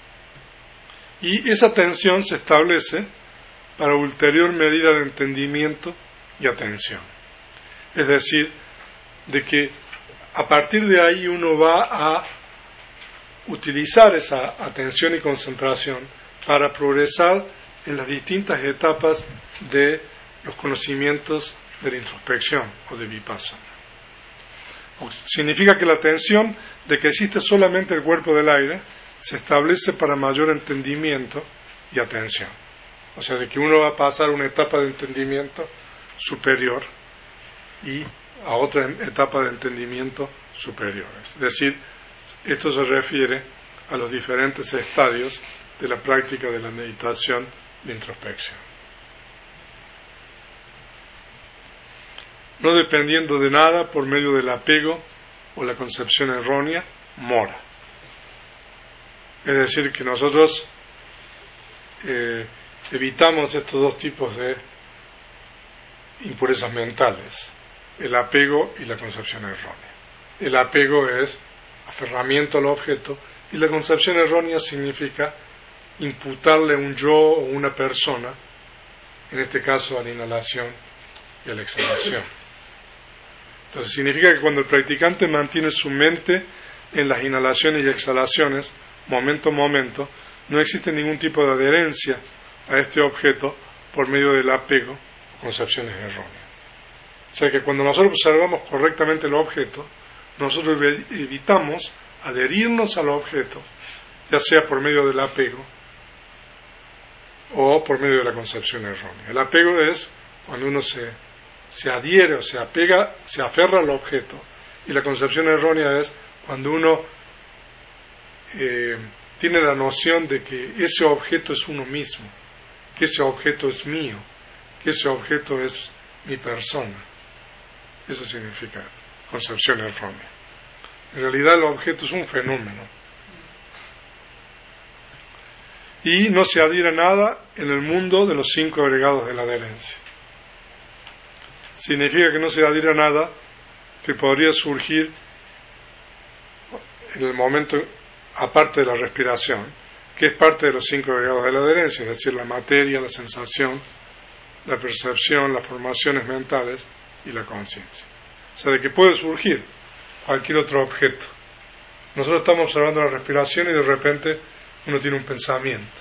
Y esa atención se establece para ulterior medida de entendimiento y atención. Es decir, de que a partir de ahí uno va a utilizar esa atención y concentración para progresar en las distintas etapas de los conocimientos de la introspección o de vipassana. Significa que la atención de que existe solamente el cuerpo del aire se establece para mayor entendimiento y atención. O sea, de que uno va a pasar una etapa de entendimiento superior y a otra etapa de entendimiento superior. Es decir, esto se refiere a los diferentes estadios de la práctica de la meditación de introspección. No dependiendo de nada por medio del apego o la concepción errónea mora. Es decir, que nosotros evitamos estos dos tipos de impurezas mentales, el apego y la concepción errónea. El apego es aferramiento al objeto y la concepción errónea significa imputarle un yo o una persona, en este caso a la inhalación y a la exhalación. Entonces significa que cuando el practicante mantiene su mente en las inhalaciones y exhalaciones, momento a momento, no existe ningún tipo de adherencia a este objeto por medio del apego o concepciones erróneas. O sea que cuando nosotros observamos correctamente el objeto, nosotros evitamos adherirnos al objeto, ya sea por medio del apego o por medio de la concepción errónea. El apego es cuando uno se adhiere o se apega, se aferra al objeto, y la concepción errónea es cuando uno tiene la noción de que ese objeto es uno mismo, que ese objeto es mío, que ese objeto es mi persona. Eso significa concepción errónea. En realidad el objeto es un fenómeno y no se adhiere a nada en el mundo de los 5 agregados de la adherencia. Significa que no se adhiere a nada que podría surgir en el momento aparte de la respiración, que es parte de los 5 agregados de la adherencia, es decir, la materia, la sensación, la percepción, las formaciones mentales y la conciencia. O sea, de que puede surgir cualquier otro objeto. Nosotros estamos observando la respiración y de repente uno tiene un pensamiento.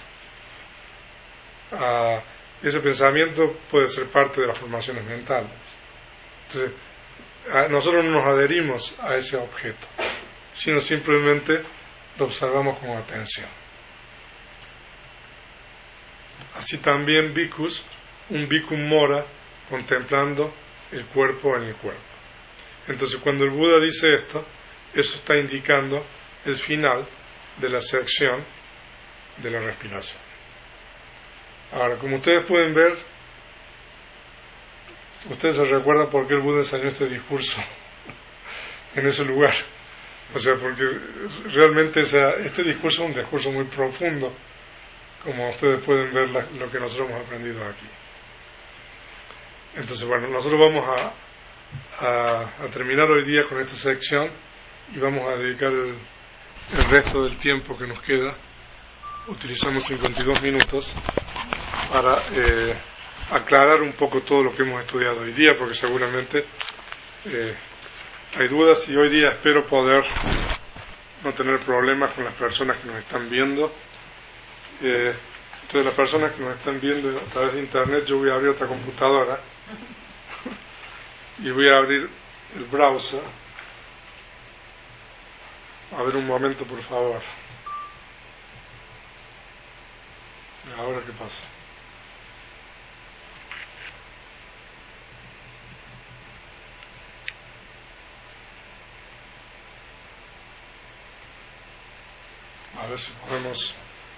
Ese pensamiento puede ser parte de las formaciones mentales. Entonces, nosotros no nos adherimos a ese objeto, sino simplemente lo observamos con atención. Así también bhikkhus, un bhikkhu mora contemplando el cuerpo en el cuerpo. Entonces cuando el Buda dice esto, eso está indicando el final de la sección de la respiración. Ahora, como ustedes pueden ver, ustedes se recuerdan por qué el Buda enseñó este discurso en ese lugar. O sea, porque realmente este discurso es un discurso muy profundo, como ustedes pueden ver lo que nosotros hemos aprendido aquí. Entonces, bueno, nosotros vamos a terminar hoy día con esta sección y vamos a dedicar el resto del tiempo que nos queda. Utilizamos 52 minutos para aclarar un poco todo lo que hemos estudiado hoy día, porque seguramente hay dudas y hoy día espero poder no tener problemas con las personas que nos están viendo. Entonces las personas que nos están viendo a través de internet, yo voy a abrir otra computadora y voy a abrir el browser. A ver un momento, por favor. Ahora qué pasa. A ver si podemos.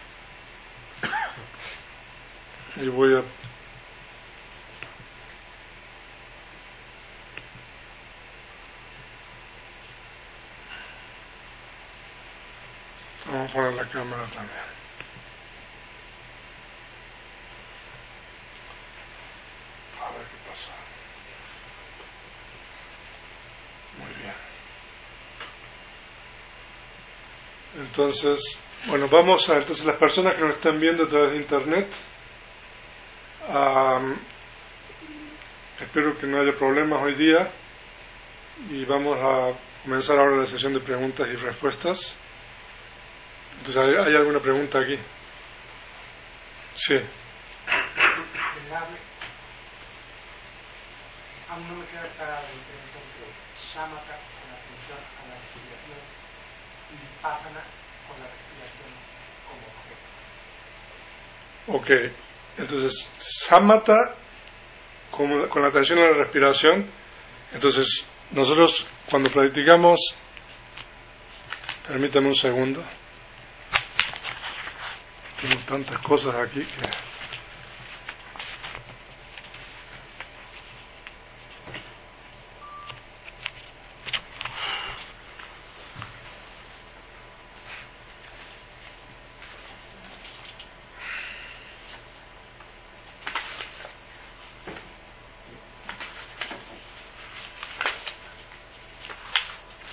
Y voy a. Vamos a poner la cámara también. A ver qué pasa. Muy bien. Entonces, bueno, entonces las personas que nos están viendo a través de internet, espero que no haya problemas hoy día y vamos a comenzar ahora la sesión de preguntas y respuestas. Entonces, ¿hay alguna pregunta aquí? Sí. Aún no me queda clara la diferencia entre shamatha con atención a la respiración y vipassana con la respiración como objeto. Ok, entonces samatha con la atención a la respiración. Entonces nosotros cuando practicamos, permítame un segundo, tengo tantas cosas aquí que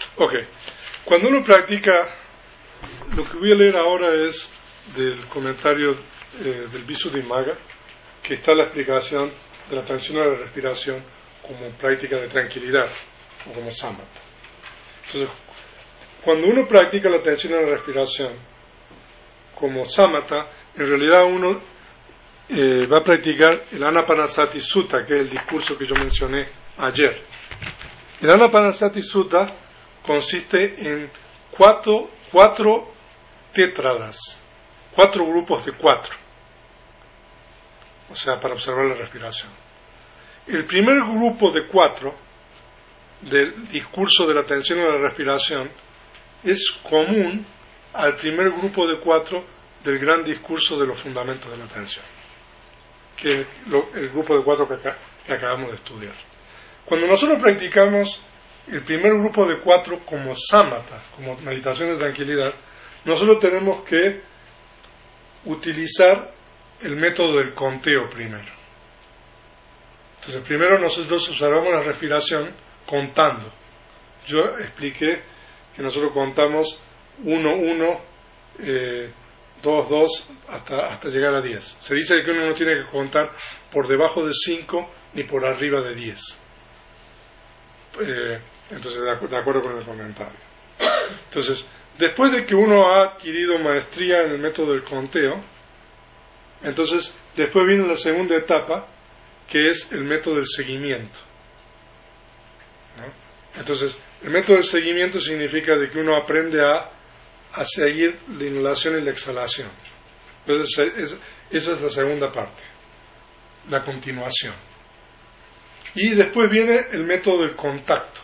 Ok. Cuando uno practica, lo que voy a leer ahora es del comentario del Visuddhimagga, que está la explicación de la atención a la respiración como práctica de tranquilidad o como samatha. Entonces, cuando uno practica la atención a la respiración como samatha, en realidad uno va a practicar el Anapanasati Sutta, que es el discurso que yo mencioné ayer. El Anapanasati Sutta consiste en cuatro tétradas, 4 grupos de 4, o sea, para observar la respiración. El primer grupo de 4 del discurso de la atención a la respiración es común al primer grupo de 4 del gran discurso de los fundamentos de la atención, que es el grupo de 4 que acabamos de estudiar. Cuando nosotros practicamos el primer grupo de 4 como samatha, como meditación de tranquilidad, nosotros tenemos que utilizar el método del conteo primero. Entonces, primero nosotros observamos la respiración contando. Yo expliqué que nosotros contamos 1, 1, 2, 2, hasta llegar a 10. Se dice que uno no tiene que contar por debajo de 5 ni por arriba de 10. Entonces, de acuerdo con el comentario. Entonces, después de que uno ha adquirido maestría en el método del conteo, entonces después viene la segunda etapa, que es el método del seguimiento, ¿no? Entonces, el método del seguimiento significa de que uno aprende a seguir la inhalación y la exhalación. Entonces, esa es la segunda parte, la continuación. Y después viene el método del contacto,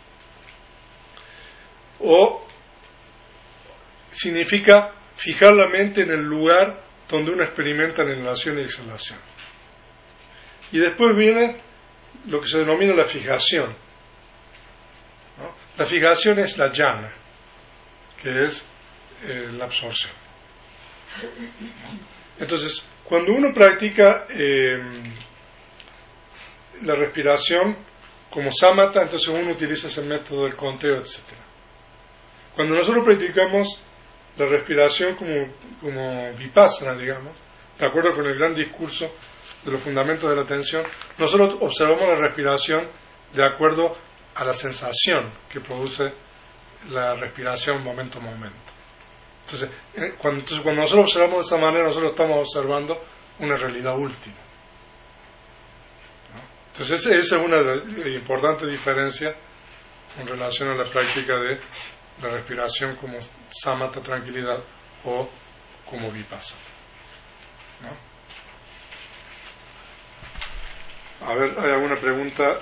o significa fijar la mente en el lugar donde uno experimenta la inhalación y exhalación. Y después viene lo que se denomina la fijación, ¿no? La fijación es la jhana, que es la absorción. Entonces, cuando uno practica la respiración como samatha, entonces uno utiliza ese método del conteo, etc. Cuando nosotros practicamos la respiración como vipassana, digamos, de acuerdo con el gran discurso de los fundamentos de la atención, nosotros observamos la respiración de acuerdo a la sensación que produce la respiración momento a momento. Entonces, cuando nosotros observamos de esa manera, nosotros estamos observando una realidad última, ¿no? Entonces, esa es una importante diferencia en relación a la práctica de la respiración como samatha, tranquilidad, o como vipassana, ¿no? A ver, ¿hay alguna pregunta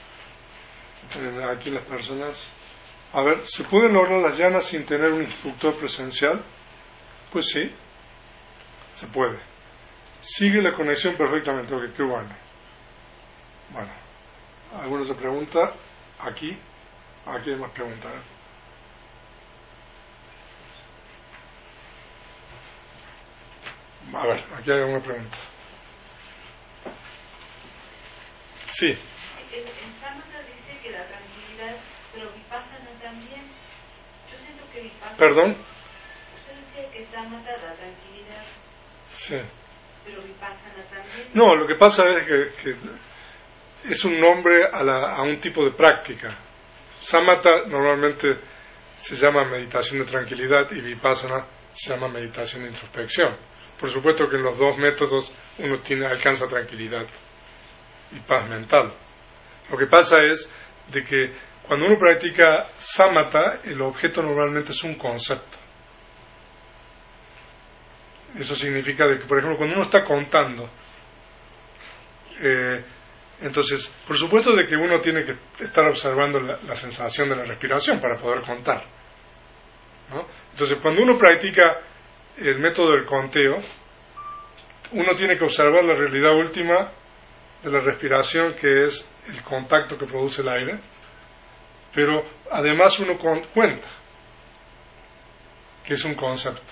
aquí las personas? A ver, ¿se pueden lograr las llanas sin tener un instructor presencial? Pues sí, se puede. Sigue la conexión perfectamente. Ok, qué bueno. Bueno, ¿alguna otra pregunta? Aquí hay más preguntas. A ver, aquí hay alguna pregunta. Sí. En samatha dice que la tranquilidad, pero vipassana también. Yo siento que vipassana... ¿Perdón? Usted decía que samatha da tranquilidad. Sí. Pero vipassana también. No, lo que pasa es que es un nombre a un tipo de práctica. Samatha normalmente se llama meditación de tranquilidad y vipassana se llama meditación de introspección. Por supuesto que en los dos métodos uno alcanza tranquilidad y paz mental. Lo que pasa es de que cuando uno practica samatha, el objeto normalmente es un concepto. Eso significa de que, por ejemplo, cuando uno está contando, entonces, por supuesto de que uno tiene que estar observando la sensación de la respiración para poder contar, ¿no? Entonces, cuando uno practica el método del conteo, uno tiene que observar la realidad última de la respiración, que es el contacto que produce el aire, pero además uno cuenta, que es un concepto,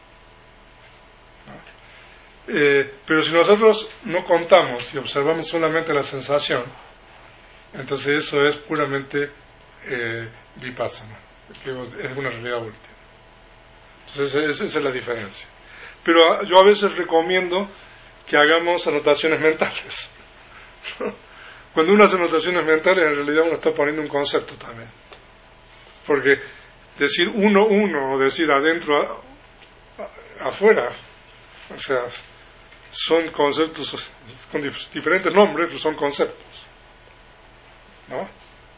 ¿no? Pero si nosotros no contamos y observamos solamente la sensación, entonces eso es puramente vipassana, que es una realidad última. Entonces esa es la diferencia. Pero yo a veces recomiendo que hagamos anotaciones mentales. Cuando uno hace anotaciones mentales, en realidad uno está poniendo un concepto también. Porque decir uno o decir adentro, afuera, o sea, son conceptos con diferentes nombres, pero son conceptos, ¿no?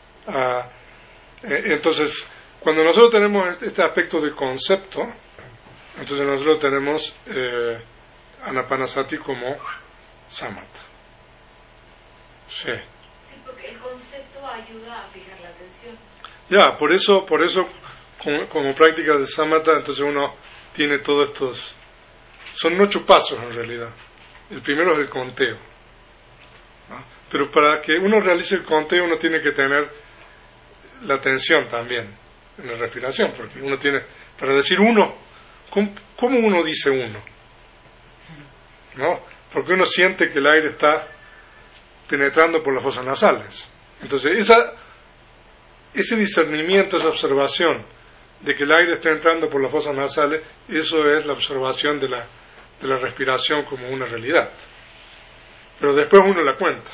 Entonces, cuando nosotros tenemos este aspecto de concepto, entonces nosotros tenemos Anapanasati como samatha. Sí. Sí, porque el concepto ayuda a fijar la atención. Ya, por eso como práctica de samatha, entonces uno tiene todos estos, son 8 pasos en realidad. El primero es el conteo, ¿no? Pero para que uno realice el conteo uno tiene que tener la atención también en la respiración, porque uno tiene, para decir uno, ¿cómo uno dice uno? ¿No? Porque uno siente que el aire está penetrando por las fosas nasales. Entonces ese discernimiento, esa observación de que el aire está entrando por las fosas nasales, eso es la observación de la respiración como una realidad. Pero después uno la cuenta,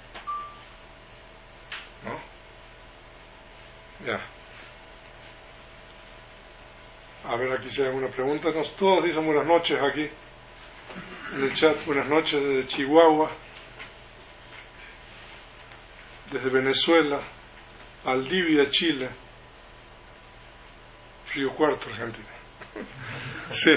¿no? Ya. A ver, aquí si hay alguna pregunta. Todos dicen buenas noches aquí en el chat. Buenas noches desde Chihuahua, desde Venezuela, Valdivia, Chile, Río Cuarto, Argentina. Sí.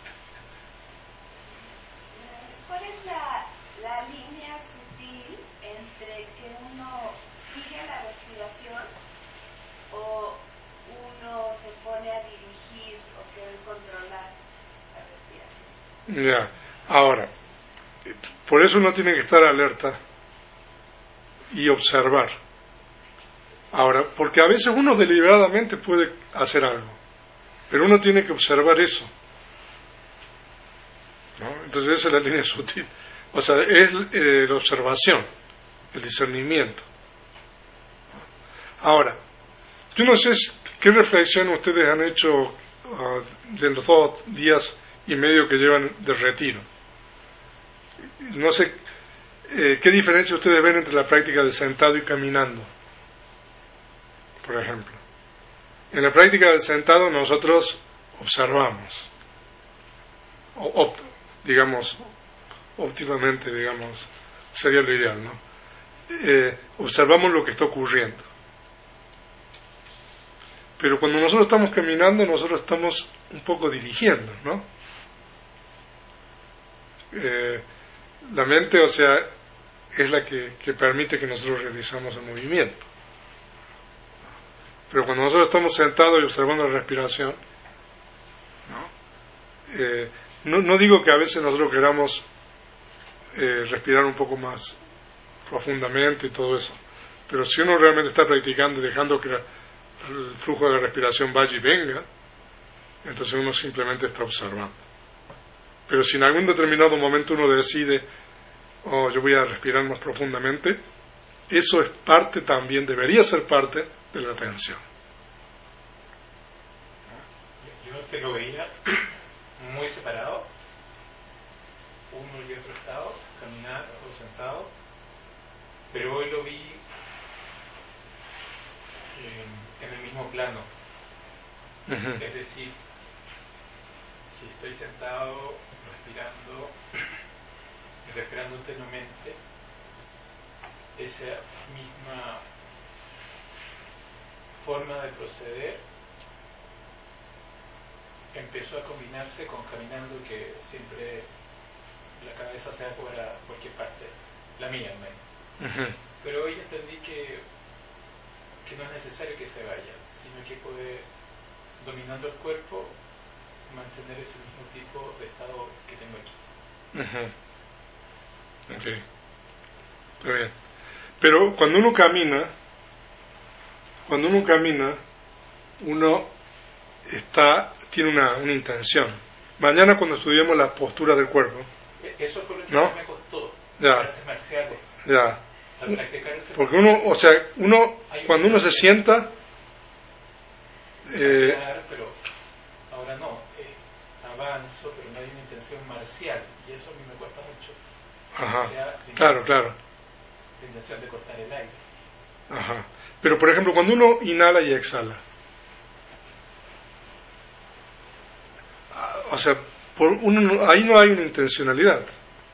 ¿Cuál es la línea sutil entre que uno sigue la respiración o uno se pone a dirigir o querer controlar la respiración? Ya. Ahora, por eso uno tiene que estar alerta y observar. Ahora, porque a veces uno deliberadamente puede hacer algo, pero uno tiene que observar eso, ¿no? Entonces esa es la línea sutil. O sea, es la observación, el discernimiento. Ahora, yo no sé qué reflexión ustedes han hecho de los 2 días y medio que llevan de retiro. No sé qué diferencia ustedes ven entre la práctica de sentado y caminando, por ejemplo. En la práctica del sentado nosotros observamos, óptimamente, sería lo ideal, ¿no? Observamos lo que está ocurriendo. Pero cuando nosotros estamos caminando, nosotros estamos un poco dirigiendo, ¿no? La mente, o sea, es la que permite que nosotros realizamos el movimiento. Pero cuando nosotros estamos sentados y observando la respiración, no digo que a veces nosotros queramos respirar un poco más profundamente y todo eso, pero si uno realmente está practicando y dejando que el flujo de la respiración vaya y venga, entonces uno simplemente está observando. Pero si en algún determinado momento uno decide, yo voy a respirar más profundamente, eso es parte también, debería ser parte de la atención. Yo te lo veía muy separado, uno y otro estado, caminar o sentado, pero hoy lo vi en el mismo plano. Uh-huh. Es decir, si estoy sentado respirando internamente, esa misma forma de proceder empezó a combinarse con caminando, que siempre la cabeza se va por cualquier parte, la mía al menos. Uh-huh. Pero hoy entendí que no es necesario que se vaya, sino que puede, dominando el cuerpo, mantener ese mismo tipo de estado que tengo aquí. Uh-huh. Okay. Está bien. Pero cuando uno camina, uno tiene una intención. Mañana cuando estudiemos la postura del cuerpo, eso fue lo que ¿no? me costó. Ya. Artes marciales. Ya. Al practicar este Porque cuando uno se sienta, pero ahora no, avanzo, pero no hay una intención marcial, y eso a mí me cuesta mucho. ajá, O sea, claro. la intención de cortar el aire. Ajá. Pero por ejemplo, cuando uno inhala y exhala, o sea, ahí no hay una intencionalidad,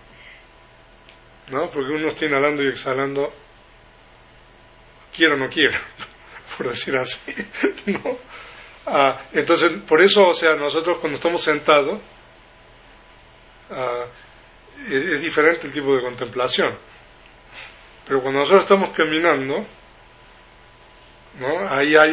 ¿no? Porque uno está inhalando y exhalando, quiero o no quiero, por decir así, ¿no? Entonces, por eso, o sea, nosotros cuando estamos sentados, es diferente el tipo de contemplación. Pero cuando nosotros estamos caminando, ¿no? Ahí hay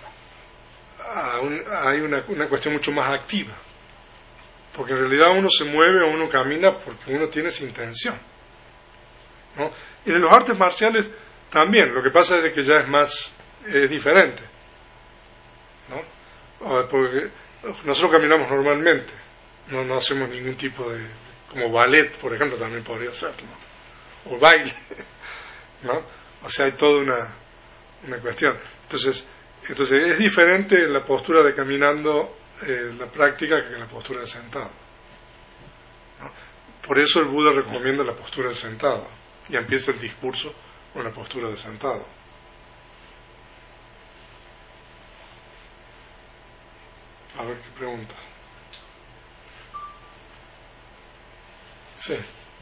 una cuestión mucho más activa. Porque en realidad uno se mueve o uno camina porque uno tiene esa intención, ¿no? Y en los artes marciales también, lo que pasa es que ya es diferente, ¿no? Porque nosotros caminamos normalmente, no hacemos ningún tipo de, como ballet, por ejemplo, también podría ser, ¿no? O baile, ¿no? O sea, hay toda una cuestión. Entonces es diferente la postura de caminando, la práctica, que la postura de sentado, ¿no? Por eso el Buda recomienda la postura de sentado y empieza el discurso con la postura de sentado. A ver qué pregunta. Sí.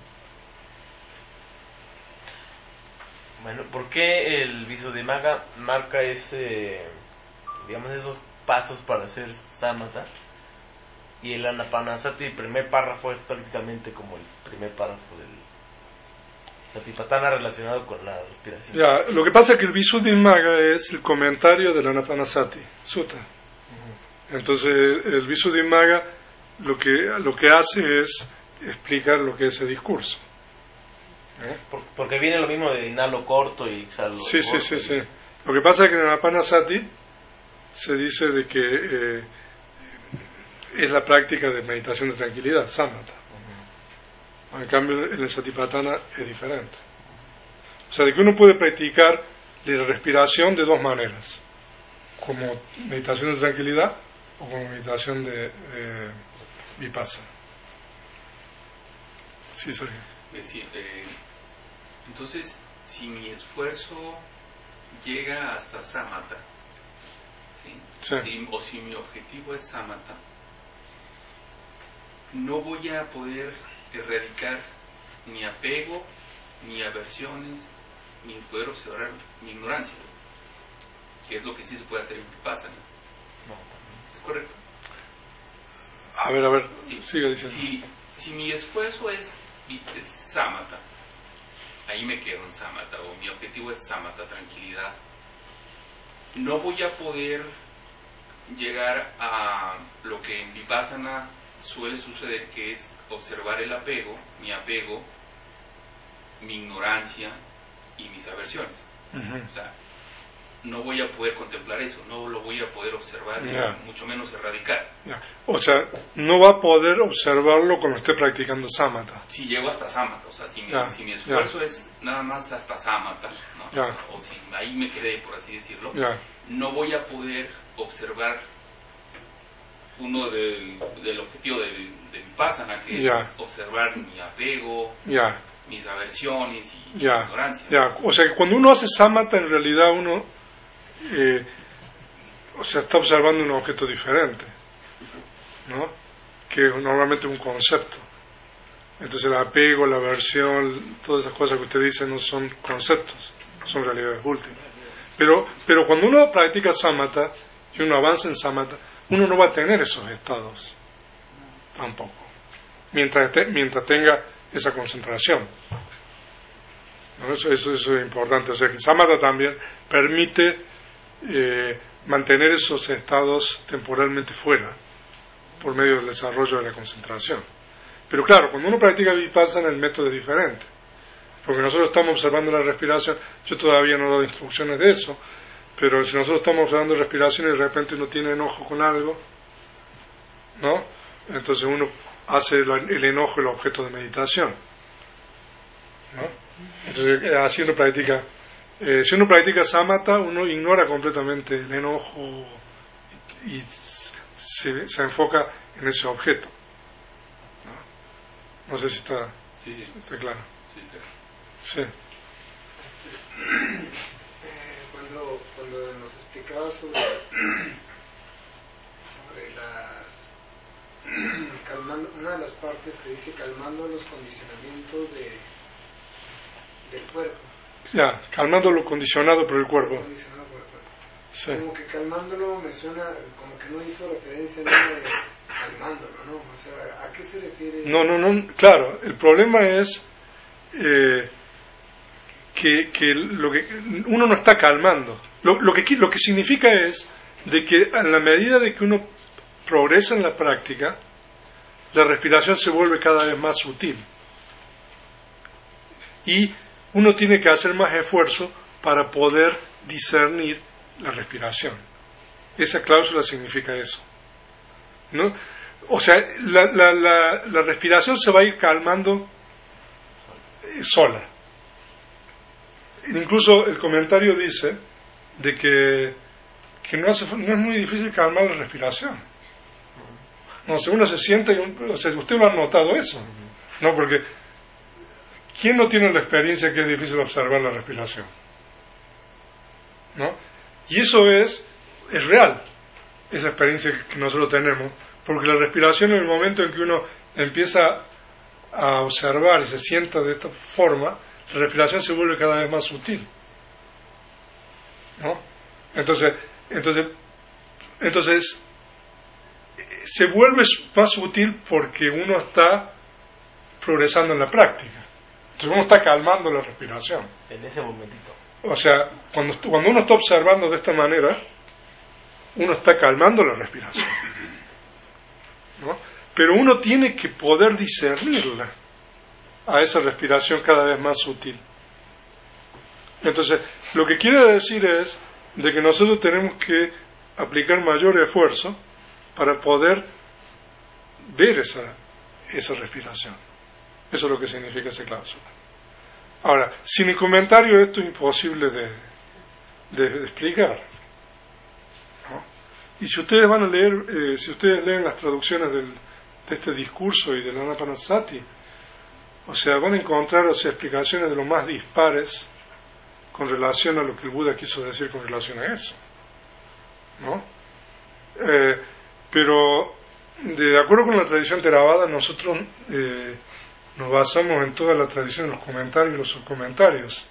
Bueno, ¿por qué el Visuddhimagga marca digamos, esos pasos para hacer samatha? Y el Anapanasati, el primer párrafo, es prácticamente como el primer párrafo del Satipatthana relacionado con la respiración. Ya, lo que pasa es que el Visuddhimagga es el comentario del Anapanasati Sutta. Entonces, el Visuddhimagga lo que hace es explicar lo que es el discurso. Porque viene lo mismo de inhalo corto y exhalo Sí. corto. Lo que pasa es que en el Anapanasati se dice de que es la práctica de meditación de tranquilidad, samatha. En cambio, en el Satipatthana es diferente. O sea, de que uno puede practicar la respiración de dos maneras, como meditación de tranquilidad o como meditación de vipassana. Sí, Sergio. Entonces, si mi esfuerzo llega hasta samatha, ¿sí? O si mi objetivo es samatha, no voy a poder erradicar ni apego, ni aversiones, ni poder observar mi ignorancia, que es lo que sí se puede hacer en vipassana. ¿Es correcto? A ver, Sí. sigue diciendo. Si mi esfuerzo es samatha, ahí me quedo en samatha, o mi objetivo es samatha, tranquilidad, no voy a poder llegar a lo que en vipassana suele suceder, que es observar el apego, mi ignorancia y mis aversiones. O sea, no voy a poder contemplar eso, no lo voy a poder observar, mucho menos erradicar. O sea, no va a poder observarlo cuando esté practicando samatha. Si llego hasta samatha, o sea, si mi esfuerzo es nada más hasta samatha, ¿no? O si ahí me quedé, por así decirlo, no voy a poder observar uno del objetivo de vipassana, que es observar mi apego, mis aversiones y mi ignorancia. O sea, que cuando uno hace samatha, en realidad uno está observando un objeto diferente, ¿no? Que normalmente es un concepto. Entonces el apego, la aversión, todas esas cosas que usted dice no son conceptos, son realidades últimas. Pero cuando uno practica samatha y uno avanza en samatha, uno no va a tener esos estados tampoco, mientras tenga esa concentración, ¿no? Eso es importante. O sea, que el samatha también permite mantener esos estados temporalmente fuera por medio del desarrollo de la concentración. Pero claro, cuando uno practica vipassana, el método es diferente, porque nosotros estamos observando la respiración. Yo todavía no he dado instrucciones de eso, pero si nosotros estamos observando respiración y de repente uno tiene enojo con algo, ¿no? Entonces uno hace el enojo el objeto de meditación, ¿no? Entonces, así uno practica. Si uno practica samatha, uno ignora completamente el enojo y se enfoca en ese objeto. No sé si está, está claro. Sí. Cuando nos explicaba sobre calmando, una de las partes que dice calmando los condicionamientos del cuerpo. Ya, calmando lo condicionado por el cuerpo. Sí. Como que calmándolo me suena como que no hizo referencia a nada de calmándolo, ¿no? O sea, ¿a qué se refiere? No, claro, el problema es que lo que uno no está calmando. Lo que significa es de que a la medida de que uno progresa en la práctica, la respiración se vuelve cada vez más sutil. Y uno tiene que hacer más esfuerzo para poder discernir la respiración. Esa cláusula significa eso, ¿no? O sea, la respiración se va a ir calmando sola. Incluso el comentario dice de que no es muy difícil calmar la respiración. No, si uno se siente, o sea, usted lo ha notado eso, ¿no? Porque ¿quién no tiene la experiencia que es difícil observar la respiración? ¿No? Y eso es real, esa experiencia que nosotros tenemos, porque la respiración, en el momento en que uno empieza a observar y se sienta de esta forma, la respiración se vuelve cada vez más sutil, ¿no? Entonces se vuelve más sutil porque uno está progresando en la práctica. Entonces uno está calmando la respiración. En ese momentito. O sea, cuando uno está observando de esta manera, uno está calmando la respiración, ¿no? Pero uno tiene que poder discernirla a esa respiración cada vez más sutil. Entonces, lo que quiere decir es de que nosotros tenemos que aplicar mayor esfuerzo para poder ver esa respiración. Eso es lo que significa esa cláusula. Ahora, sin el comentario esto es imposible de explicar, ¿no? Y si ustedes van a leer, si ustedes leen las traducciones de este discurso y del Anapanasati, o sea, van a encontrar, o sea, explicaciones de lo más dispares con relación a lo que el Buda quiso decir con relación a eso, ¿no? Pero de acuerdo con la tradición Theravada, nosotros nos basamos en toda la tradición de los comentarios y los subcomentarios,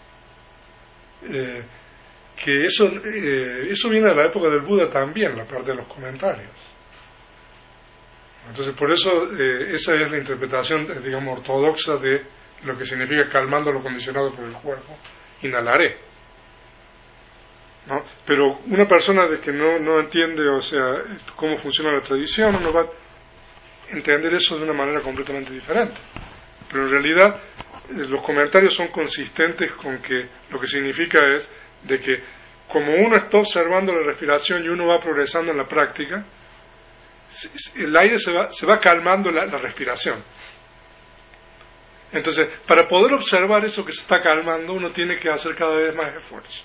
que eso viene de la época del Buda también, la parte de los comentarios. Entonces, por eso esa es la interpretación, digamos, ortodoxa de lo que significa calmando lo condicionado por el cuerpo, inhalaré, ¿no? Pero una persona de que no entiende, o sea, cómo funciona la tradición, no va a entender eso de una manera completamente diferente. Pero en realidad los comentarios son consistentes con que lo que significa es de que como uno está observando la respiración y uno va progresando en la práctica, el aire se va calmando la respiración. Entonces, para poder observar eso que se está calmando, uno tiene que hacer cada vez más esfuerzo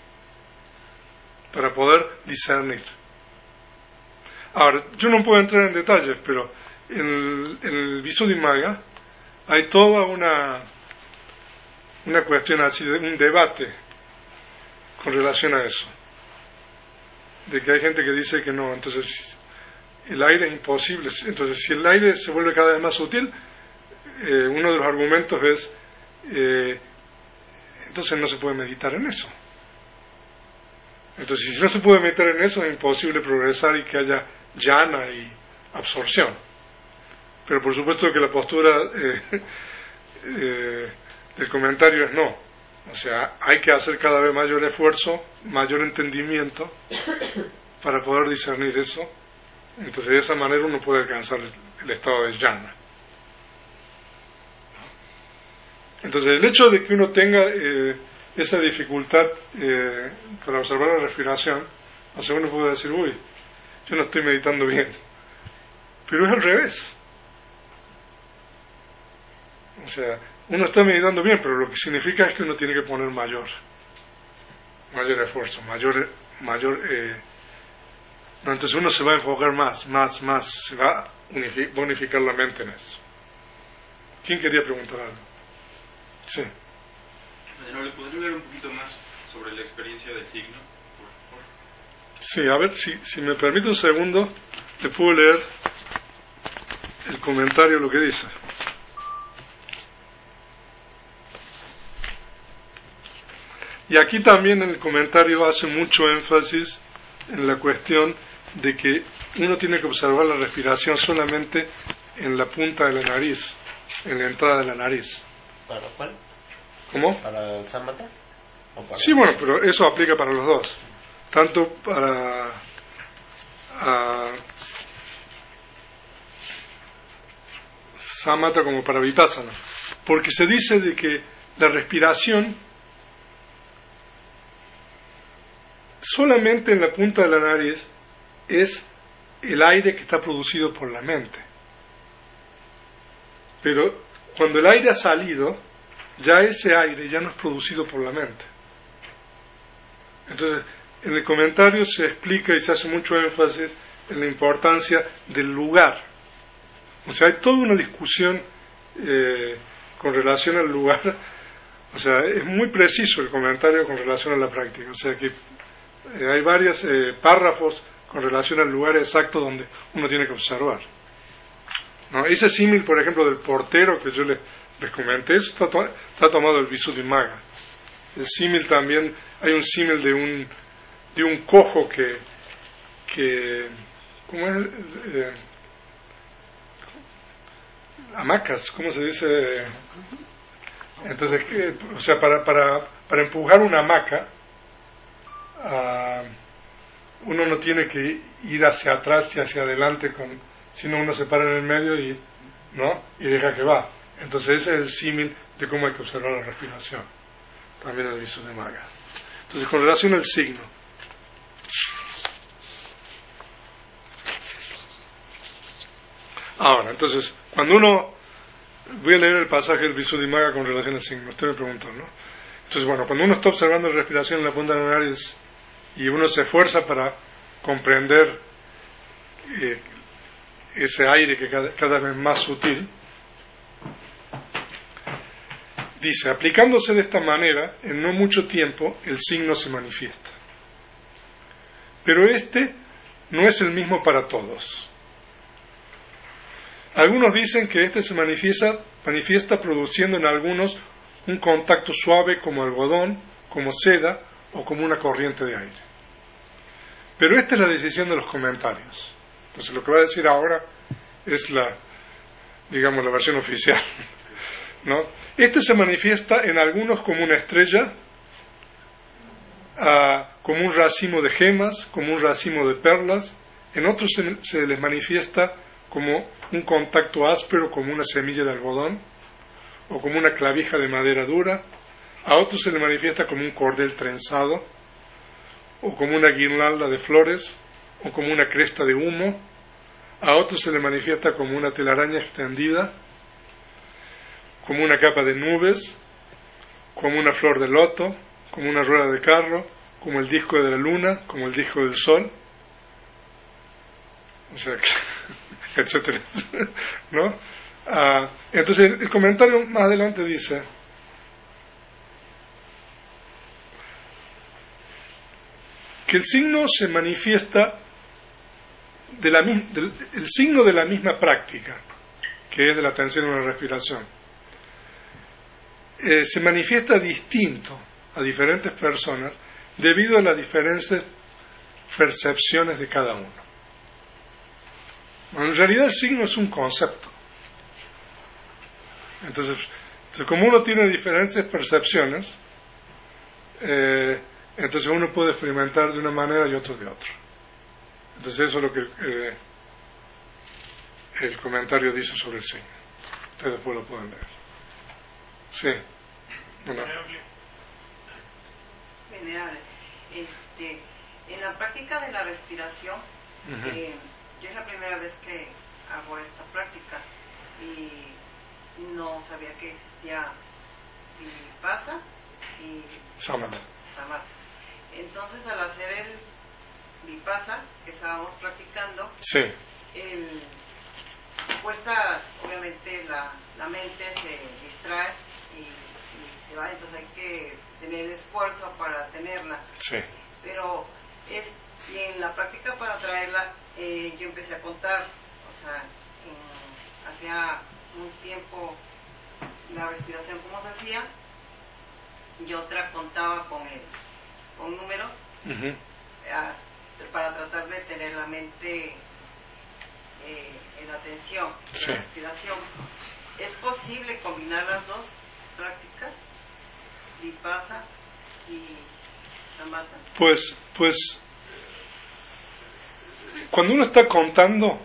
para poder discernir. Ahora, yo no puedo entrar en detalles, pero en el Visuddhimagga hay toda una cuestión así, un debate con relación a eso, de que hay gente que dice que no, entonces el aire es imposible, entonces si el aire se vuelve cada vez más sutil, uno de los argumentos es entonces no se puede meditar en eso. Entonces si no se puede meditar en eso, es imposible progresar y que haya jhana y absorción. Pero por supuesto que la postura del comentario es no. O sea, hay que hacer cada vez mayor esfuerzo, mayor entendimiento para poder discernir eso. Entonces de esa manera uno puede alcanzar el estado de jhana. Entonces el hecho de que uno tenga esa dificultad para observar la respiración, o sea, uno puede decir, uy, yo no estoy meditando bien. Pero es al revés. O sea, uno está meditando bien, pero lo que significa es que uno tiene que poner mayor esfuerzo, no, entonces uno se va a enfocar más, se va a unificar la mente en eso. ¿Quién quería preguntar algo? Sí. Bueno, ¿le podría hablar un poquito más sobre la experiencia del signo, por favor? Sí, a ver, si me permite un segundo, te puedo leer el comentario, lo que dice. Y aquí también en el comentario hace mucho énfasis en la cuestión de que uno tiene que observar la respiración solamente en la punta de la nariz, en la entrada de la nariz. ¿Para cuál? ¿Cómo? ¿Para el sámata? Sí, bueno, pero eso aplica para los dos. Tanto para samatha como para vipassana. Porque se dice de que la respiración solamente en la punta de la nariz es el aire que está producido por la mente. Pero cuando el aire ha salido, ya ese aire ya no es producido por la mente. Entonces, en el comentario se explica y se hace mucho énfasis en la importancia del lugar. O sea, hay toda una discusión con relación al lugar. O sea, es muy preciso el comentario con relación a la práctica. O sea, que hay varios párrafos con relación al lugar exacto donde uno tiene que observar, ¿no? Ese símil, por ejemplo, del portero que yo les comenté, está tomado del Visuddhimagga. El símil también, hay un símil de un cojo que ¿cómo es? Hamacas, ¿cómo se dice? Entonces, o sea, para empujar una hamaca, uno no tiene que ir hacia atrás y hacia adelante, sino uno se para en el medio y deja que va. Entonces ese es el símil de cómo hay que observar la respiración, también en el Visuddhimagga. Entonces, con relación al signo, ahora, entonces, cuando uno, voy a leer el pasaje del Visuddhimagga con relación al signo, usted me preguntó, ¿no? Entonces, bueno, cuando uno está observando la respiración en la punta de la nariz y uno se esfuerza para comprender ese aire que cada vez más sutil, dice, aplicándose de esta manera, en no mucho tiempo el signo se manifiesta. Pero este no es el mismo para todos. Algunos dicen que este se manifiesta produciendo en algunos un contacto suave como algodón, como seda o como una corriente de aire. Pero esta es la decisión de los comentarios. Entonces lo que va a decir ahora es la versión oficial, ¿no? Este se manifiesta en algunos como una estrella, como un racimo de gemas, como un racimo de perlas. En otros se les manifiesta como un contacto áspero, como una semilla de algodón, o como una clavija de madera dura. A otros se les manifiesta como un cordel trenzado, o como una guirnalda de flores, o como una cresta de humo. A otros se les manifiesta como una telaraña extendida, como una capa de nubes, como una flor de loto, como una rueda de carro, como el disco de la luna, como el disco del sol, o sea, etcétera, ¿no? Entonces el comentario más adelante dice: que el signo se manifiesta el signo de la misma práctica, que es de la atención a la respiración, se manifiesta distinto a diferentes personas debido a las diferentes percepciones de cada uno. En realidad el signo es un concepto. Entonces como uno tiene diferentes percepciones, entonces uno puede experimentar de una manera y otro de otra. Entonces eso es lo que el comentario dice sobre el signo. Ustedes después lo pueden leer. Sí. Venerable, en la práctica de la respiración, yo es la primera vez que hago esta práctica y no sabía que existía Vipassana y Samatha. Entonces, al hacer el Vipassana que estábamos practicando, sí, cuesta, obviamente la mente se distrae y se va, entonces hay que tener el esfuerzo para tenerla. Sí. Pero y en la práctica para traerla, yo empecé a contar, o sea, hacía un tiempo la respiración como se hacía, y otra contaba con números, para tratar de tener la mente en atención, en la respiración. ¿Es posible combinar las dos prácticas, Vipassana y Samatha? Pues cuando uno está contando,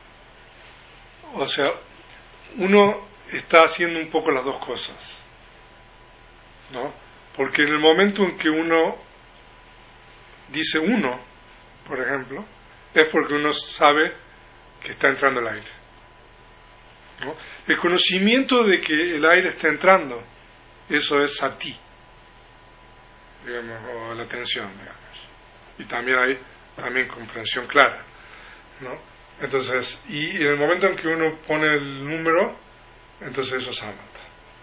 o sea, uno está haciendo un poco las dos cosas, ¿no? Porque en el momento en que uno dice uno, por ejemplo, es porque uno sabe que está entrando el aire, ¿no? El conocimiento de que el aire está entrando, eso es sati, digamos, o la atención, digamos. Y también hay comprensión clara, ¿no? Entonces, y en el momento en que uno pone el número, entonces eso es samatha.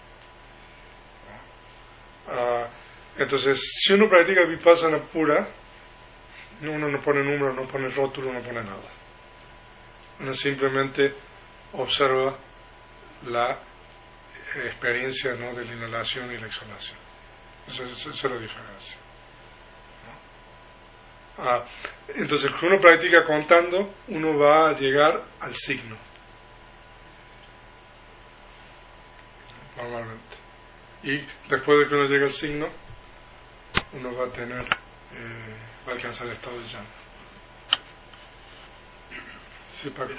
Entonces, si uno practica vipassana pura, uno no pone número, no pone rótulo, no pone nada. Uno simplemente observa la experiencia, ¿no?, de la inhalación y la exhalación. Esa es la diferencia, ¿no? Entonces, cuando uno practica contando, uno va a llegar al signo, normalmente. Y después de que uno llegue al signo, uno va a tener, va a alcanzar el estado de llama. Sí, Paco.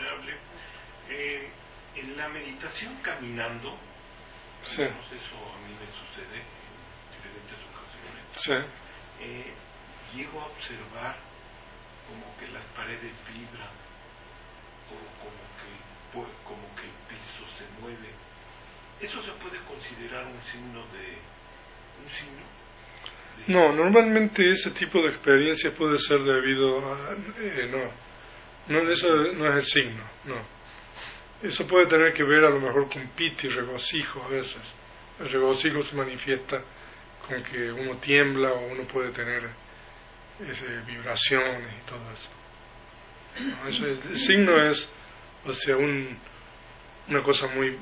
En la meditación caminando, sí, eso a mí me sucede en diferentes ocasiones. Sí. Llego a observar como que las paredes vibran o como que el piso se mueve. ¿Eso se puede considerar un signo? No, normalmente ese tipo de experiencia puede ser debido a... eso no es el signo, no. Eso puede tener que ver a lo mejor con piti, regocijo a veces. El regocijo se manifiesta con que uno tiembla o uno puede tener vibraciones y todo eso. No, el signo es, o sea, una cosa muy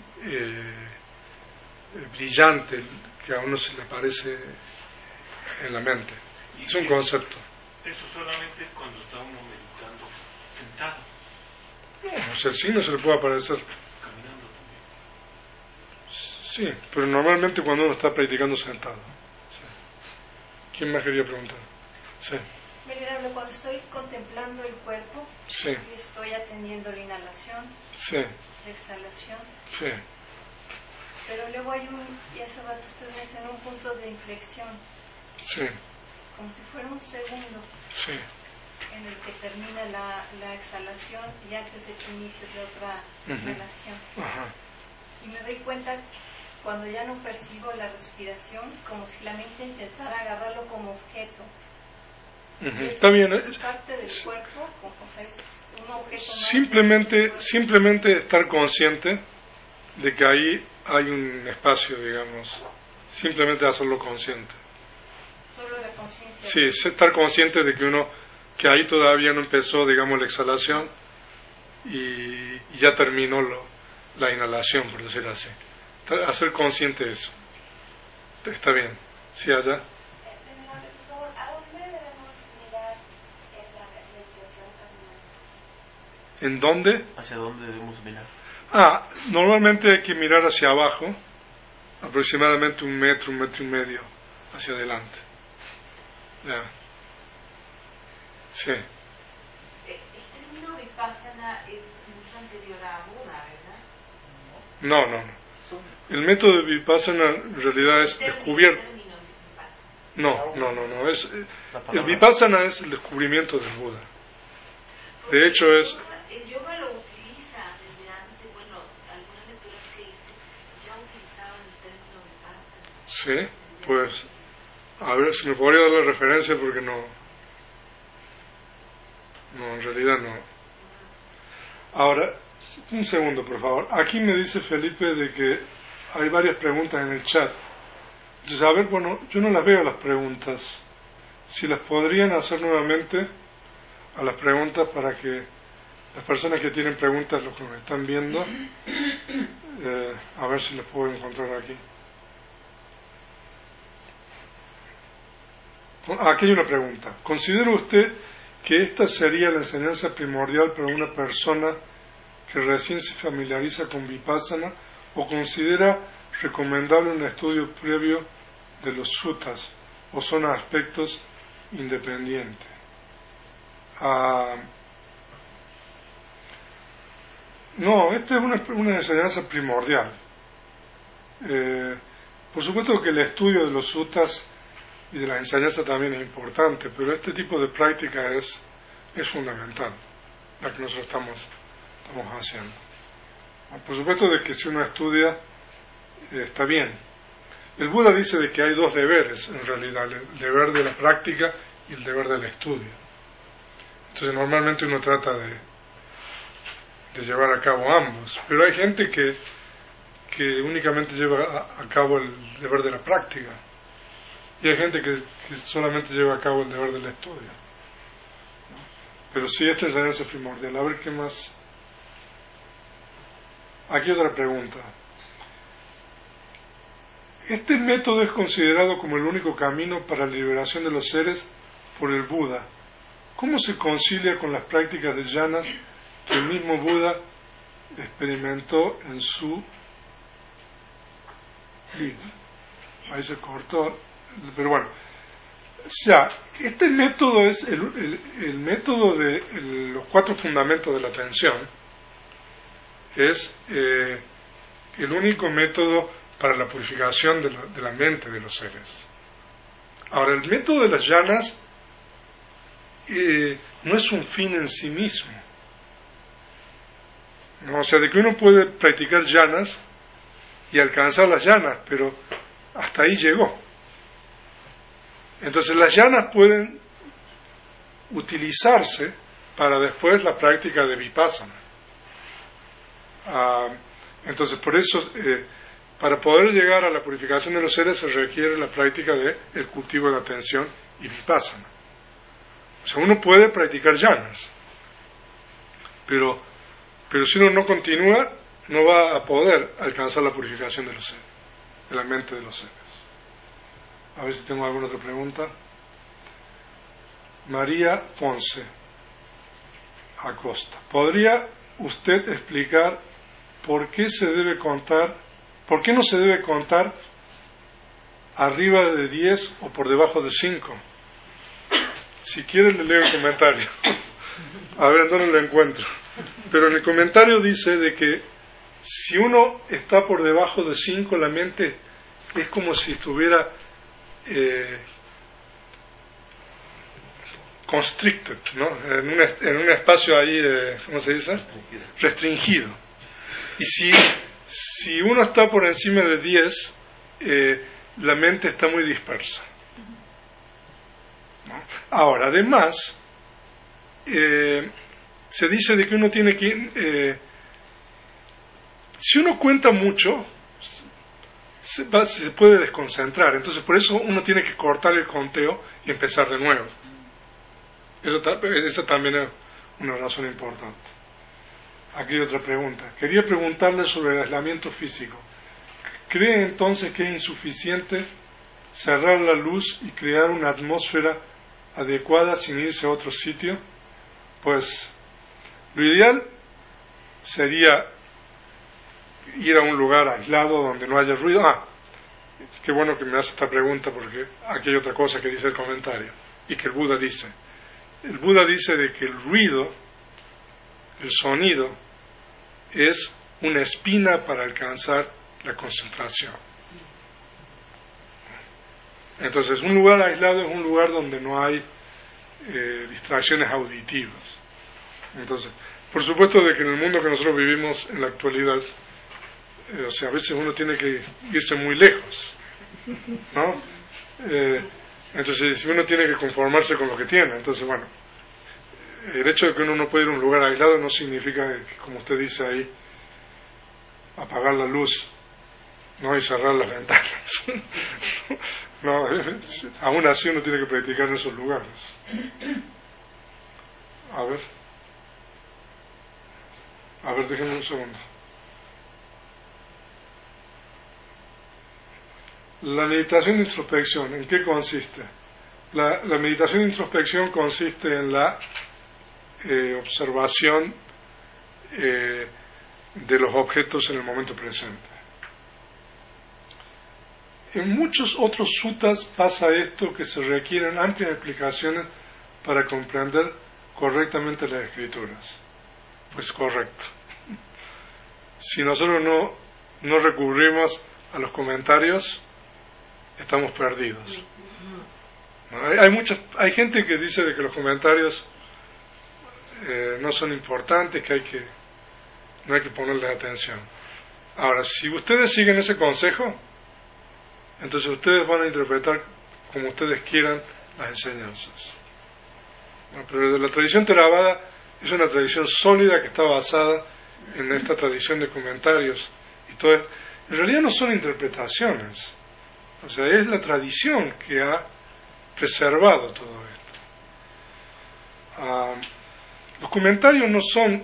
brillante que a uno se le aparece en la mente. Es un concepto. Eso solamente es cuando está uno meditando sentado. No, o sea, el signo se le puede aparecer caminando también. Sí, pero normalmente cuando uno está practicando sentado. Sí. ¿Quién más quería preguntar? Sí. Venerable, cuando estoy contemplando el cuerpo, sí, y estoy atendiendo la inhalación, sí, la exhalación, sí, pero luego hay y hace rato usted mencionó un punto de inflexión, sí, como si fuera un segundo, sí, en el que termina la exhalación y antes de que inicie la otra inhalación. Ajá. Y me doy cuenta cuando ya no percibo la respiración, como si la mente intentara agarrarlo como objeto. Está bien. ¿Es parte del cuerpo? O sea, es un objeto más simplemente estar consciente de que ahí hay un espacio, digamos. Simplemente hacerlo consciente. Solo la conciencia. Sí, estar consciente de que ahí todavía no empezó, digamos, la exhalación y ya terminó la inhalación, por decirlo así. Hacer consciente de eso. Está bien. Sí, allá. ¿En dónde? ¿Hacia dónde debemos mirar? Normalmente hay que mirar hacia abajo, aproximadamente 1 metro, 1,5 metros hacia adelante. Ya. Sí. El término vipassana es mucho anterior a Buda, ¿verdad? No. El método de vipassana en realidad es descubierto. No. El vipassana es el descubrimiento del Buda. De hecho es... El yoga lo utiliza desde antes, bueno, algunas lecturas que hice, Sí, pues, a ver si me podría dar la referencia porque no, en realidad no. Ahora, un segundo, por favor. Aquí me dice Felipe de que hay varias preguntas en el chat. Entonces, a ver, bueno, yo no las veo las preguntas. Si las podrían hacer nuevamente a las preguntas para que las personas que tienen preguntas, los que me están viendo, a ver si las puedo encontrar aquí. Aquí hay una pregunta. ¿Considera usted que esta sería la enseñanza primordial para una persona que recién se familiariza con Vipassana, o considera recomendable un estudio previo de los suttas, o son aspectos independientes? No, esta es una enseñanza primordial. Por supuesto que el estudio de los suttas y de la enseñanza también es importante, pero este tipo de práctica es fundamental, la que nosotros estamos haciendo. Por supuesto de que si uno estudia, está bien. El Buda dice de que hay dos deberes, en realidad, el deber de la práctica y el deber del estudio. Entonces normalmente uno trata de llevar a cabo ambos, pero hay gente que únicamente lleva a cabo el deber de la práctica, y hay gente que solamente lleva a cabo el deber del estudio. Pero sí, esta enseñanza es primordial. A ver qué más. Aquí otra pregunta. Este método es considerado como el único camino para la liberación de los seres por el Buda. ¿Cómo se concilia con las prácticas de jhanas que el mismo Buda experimentó en su vida? Ahí se cortó, pero bueno. Ya, este método es el método de los 4 fundamentos de la atención. Es el único método para la purificación de la mente de los seres. Ahora, el método de las jhanas no es un fin en sí mismo, ¿no? O sea, de que uno puede practicar jhanas y alcanzar las jhanas, pero hasta ahí llegó. Entonces las jhanas pueden utilizarse para después la práctica de Vipassana. Entonces por eso, para poder llegar a la purificación de los seres se requiere la práctica del cultivo de la atención y Vipassana. O sea, uno puede practicar jhanas, pero si uno no continúa, no va a poder alcanzar la purificación de los seres, de la mente de los seres. A ver si tengo alguna otra pregunta. María Ponce Acosta. ¿Podría usted explicar por qué no se debe contar arriba de 10 o por debajo de 5? Si quiere le leo el comentario. A ver, ¿dónde lo encuentro? Pero en el comentario dice de que si uno está por debajo de 5, la mente es como si estuviera constricted, ¿no? En un espacio ahí, ¿cómo se dice? Restringido. Y si uno está por encima de 10, la mente está muy dispersa, ¿no? Ahora, además, se dice de que uno tiene que si uno cuenta mucho, se puede desconcentrar. Entonces por eso uno tiene que cortar el conteo y empezar de nuevo. Esa también es una razón importante. Aquí hay otra pregunta. Quería preguntarle sobre el aislamiento físico. ¿Cree entonces que es insuficiente cerrar la luz y crear una atmósfera adecuada sin irse a otro sitio? Pues lo ideal sería ir a un lugar aislado donde no haya ruido. Qué bueno que me hace esta pregunta, porque aquí hay otra cosa que dice el comentario y que el Buda dice. El Buda dice de que el ruido, el sonido, es una espina para alcanzar la concentración. Entonces un lugar aislado es un lugar donde no hay distracciones auditivas. Entonces, por supuesto de que en el mundo que nosotros vivimos en la actualidad, o sea, a veces uno tiene que irse muy lejos ¿no? Entonces, si uno tiene que conformarse con lo que tiene, entonces, bueno, el hecho de que uno no puede ir a un lugar aislado no significa que, como usted dice ahí, apagar la luz, ¿no? Y cerrar las ventanas. No, aún así uno tiene que practicar en esos lugares. A ver, déjenme un segundo. La meditación de introspección, ¿en qué consiste? La meditación de introspección consiste en la observación de los objetos en el momento presente. En muchos otros suttas pasa esto, que se requieren amplias explicaciones para comprender correctamente las escrituras. Pues correcto. Si nosotros no recurrimos a los comentarios, estamos perdidos. Hay gente que dice de que los comentarios no son importantes, que no hay que ponerles atención. Ahora, si ustedes siguen ese consejo, entonces ustedes van a interpretar como ustedes quieran las enseñanzas. Pero la tradición Theravada es una tradición sólida que está basada en esta tradición de comentarios y todo. En realidad no son interpretaciones, o sea, es la tradición que ha preservado todo esto. Los comentarios no son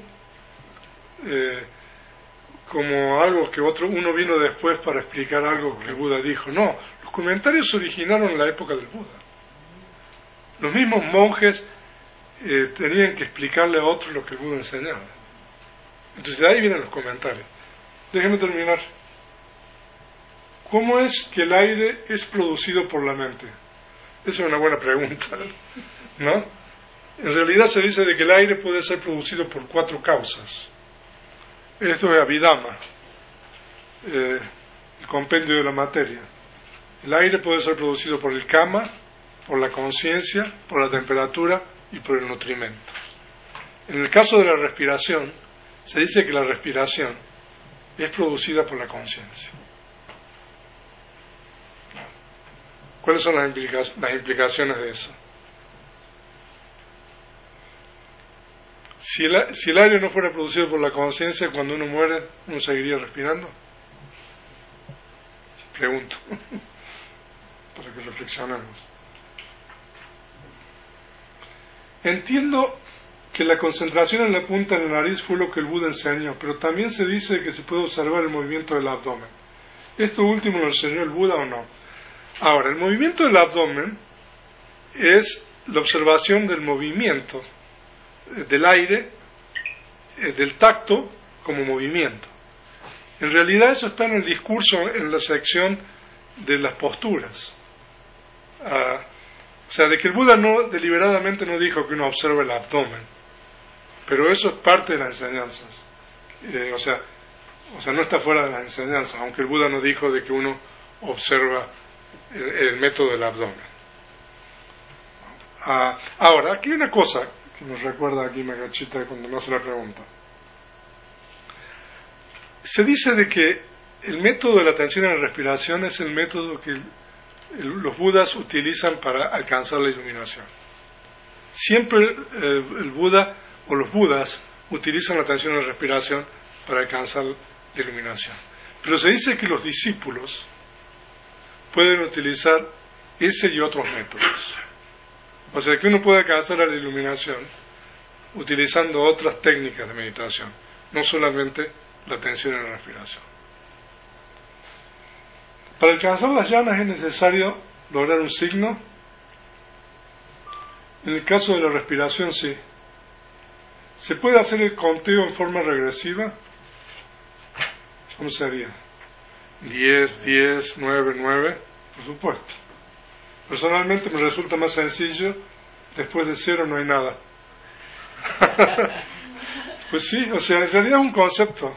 como algo que uno vino después para explicar algo que el Buda dijo. No, los comentarios se originaron en la época del Buda. Los mismos monjes tenían que explicarle a otros lo que el Buda enseñaba. Entonces de ahí vienen los comentarios. Déjenme terminar. ¿Cómo es que el aire es producido por la mente? Esa es una buena pregunta, ¿no? En realidad se dice de que el aire puede ser producido por 4 causas. Esto es Abhidhamma, el compendio de la materia. El aire puede ser producido por el kama, por la conciencia, por la temperatura y por el nutrimento. En el caso de la respiración, se dice que la respiración es producida por la conciencia. ¿Cuáles son las implicaciones de eso? Si el aire no fuera producido por la conciencia, cuando uno muere, ¿uno seguiría respirando? Pregunto, para que reflexionemos. Entiendo que la concentración en la punta de la nariz fue lo que el Buda enseñó, pero también se dice que se puede observar el movimiento del abdomen. ¿Esto último lo enseñó el Buda o no? Ahora, el movimiento del abdomen es la observación del movimiento del aire, del tacto como movimiento. En realidad eso está en el discurso, en la sección de las posturas. O sea, de que el Buda deliberadamente no dijo que uno observe el abdomen, pero eso es parte de las enseñanzas. O sea, no está fuera de las enseñanzas, aunque el Buda no dijo de que uno observa el método del abdomen. Ahora, aquí hay una cosa que nos recuerda aquí Magachita cuando me hace la pregunta. Se dice de que el método de la atención a la respiración es el método que los Budas utilizan para alcanzar la iluminación. Siempre el Buda o los Budas utilizan la atención a la respiración para alcanzar la iluminación. Pero se dice que los discípulos pueden utilizar ese y otros métodos. O sea que uno puede alcanzar la iluminación utilizando otras técnicas de meditación, no solamente la atención en la respiración. Para alcanzar las llanas es necesario lograr un signo. En el caso de la respiración, sí. ¿Se puede hacer el conteo en forma regresiva? ¿Cómo sería? 10, 10, 9, 9, por supuesto. Personalmente me resulta más sencillo, después de 0 no hay nada. Pues sí, o sea, en realidad es un concepto.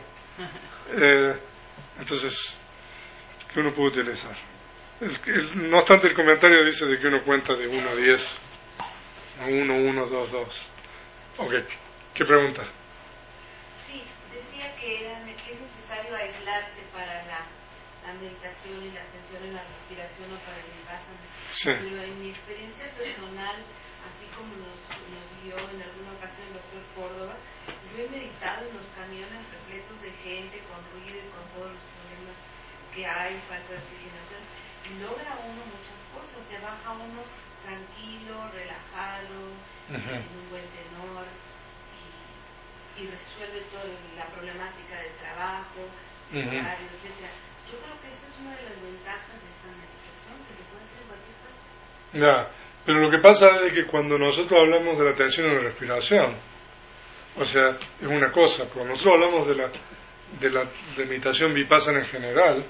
Entonces, que uno puede utilizar. No obstante, el comentario dice de que uno cuenta de 1 a 10. 1, 1, 2, 2. Ok, ¿qué pregunta? Sí, decía que es necesario aislarse para la la meditación y la atención en la respiración o para el vipassana. Sí. Pero en mi experiencia personal, así como nos guió en alguna ocasión el doctor Córdoba, yo he meditado en los camiones repletos de gente, con ruido y con todos los problemas que hay, falta de oxigenación, y logra uno muchas cosas, se baja uno tranquilo, relajado, en un buen tenor, y resuelve toda la problemática del trabajo, horario, etcétera. Yo creo que esta es una de las ventajas de esta meditación, que se puede hacer en cualquier parte. Ya, pero lo que pasa es que cuando nosotros hablamos de la atención en la respiración, o sea, es una cosa, cuando nosotros hablamos de meditación vipassana en general,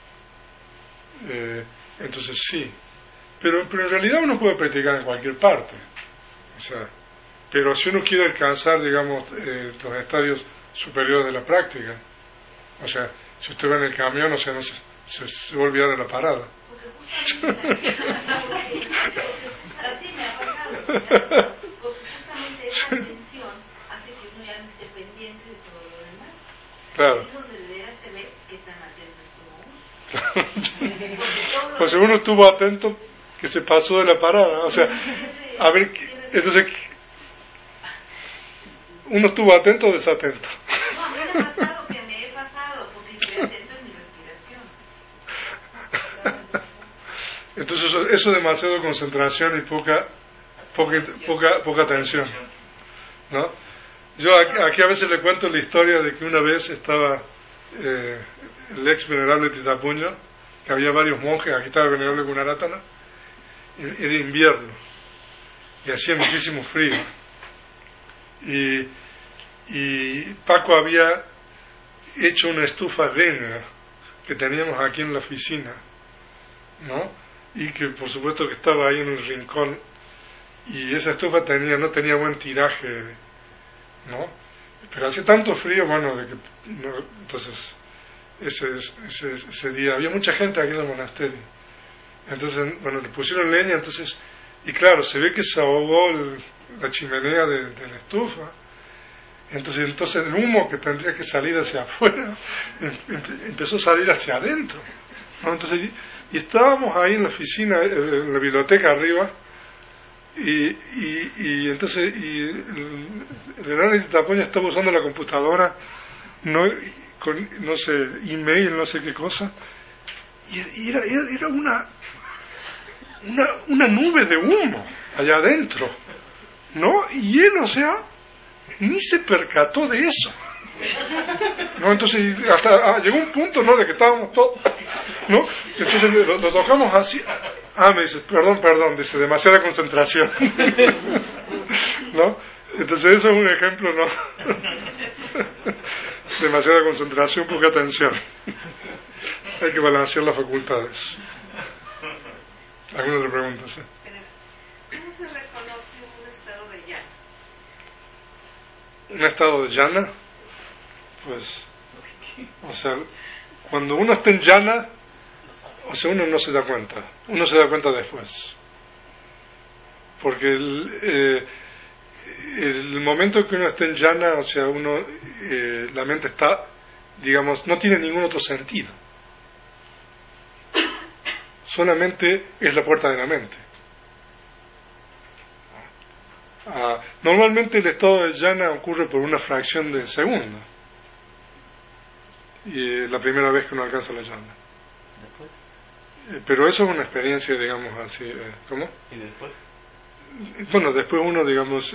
entonces sí, pero en realidad uno puede practicar en cualquier parte, o sea, pero si uno quiere alcanzar, digamos, los estadios superiores de la práctica, o sea, si usted va en el camión, o sea, no se va a olvidar de la parada. Así me ha pasado, porque justamente esa atención hace que uno ya no esté pendiente de todo lo demás. Claro. Es donde de veras se ve que tan atento estuvo uno. Pues uno estuvo atento que se pasó de la parada, o sea, a ver, entonces, ¿uno estuvo atento o desatento? No, a mí me ha pasado que me he pasado, porque estoy atento en mi respiración. Entonces eso es demasiado concentración y poca atención, ¿no? Yo aquí a veces le cuento la historia de que una vez estaba el ex venerable Titapuño, que había varios monjes, aquí estaba el venerable Gunaratana, era invierno y hacía muchísimo frío, y Paco había hecho una estufa de leña que teníamos aquí en la oficina, ¿no? Y que por supuesto que estaba ahí en un rincón, y esa estufa no tenía buen tiraje, ¿no? Pero hacía tanto frío, bueno, de que no, entonces ese día había mucha gente aquí en el monasterio, entonces bueno, le pusieron leña, entonces, y claro, se ve que se ahogó la chimenea de la estufa. Entonces el humo que tendría que salir hacia afuera empezó a salir hacia adentro, ¿no? Entonces, y estábamos ahí en la oficina, en la biblioteca arriba, y entonces el Hernán Titapuño estaba usando la computadora, con no sé, email, no sé qué cosa, y era una nube de humo allá adentro, ¿no? Y él, o sea, ni se percató de eso, ¿no? Entonces hasta llegó un punto, ¿no?, de que estábamos todos, ¿no? Entonces lo tocamos así, me dice, perdón, dice, demasiada concentración, ¿no? Entonces eso es un ejemplo, ¿no? Demasiada concentración, poca atención. Hay que balancear las facultades. ¿Alguna otra pregunta? ¿Sí? ¿Cómo se reconoce un estado de llana? Un estado de llana, pues, o sea, cuando uno está en llana, o sea, uno no se da cuenta, uno se da cuenta después, porque el momento que uno está en llana, o sea, la mente está, digamos, no tiene ningún otro sentido, solamente es la puerta de la mente. Normalmente el estado de llana ocurre por una fracción de segundo, y es la primera vez que uno alcanza la llana. Pero eso es una experiencia, digamos así, ¿cómo? ¿Y después? Bueno, después uno, digamos,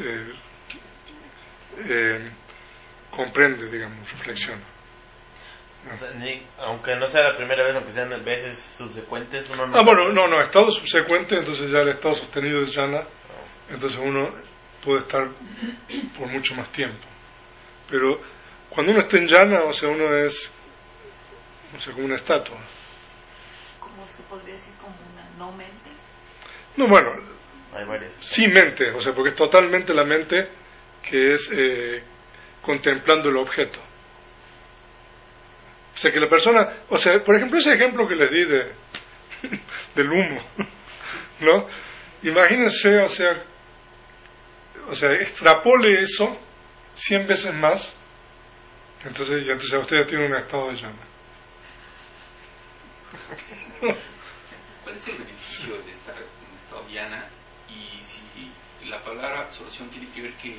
comprende, digamos, reflexiona. O sea, aunque no sea la primera vez, aunque sean veces subsecuentes, uno no... Bueno, no, estado subsecuente, entonces ya el estado sostenido es llana, entonces uno puede estar por mucho más tiempo. Pero cuando uno está en llana, o sea, uno es, o sea, como una estatua. ¿Cómo se podría decir? ¿Como una no mente? No, bueno, hay varias. Sí, mente, o sea, porque es totalmente la mente que es contemplando el objeto. O sea, que la persona, o sea, por ejemplo, ese ejemplo que les di del humo, ¿no? Imagínense, o sea, extrapole eso 100 veces más, entonces ustedes tienen un estado de llama. ¿Cuál es el beneficio de estar en estado dhyana? Y si la palabra absorción tiene que ver que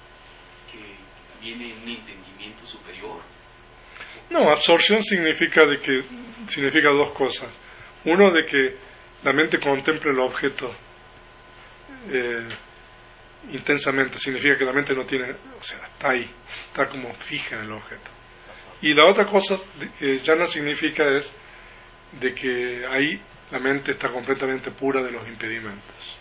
viene un entendimiento superior. No, absorción significa dos cosas. Uno, de que la mente contemple el objeto intensamente, significa que la mente no tiene, o sea, está ahí, está como fija en el objeto. Y la otra cosa que jhana significa es de que ahí la mente está completamente pura de los impedimentos.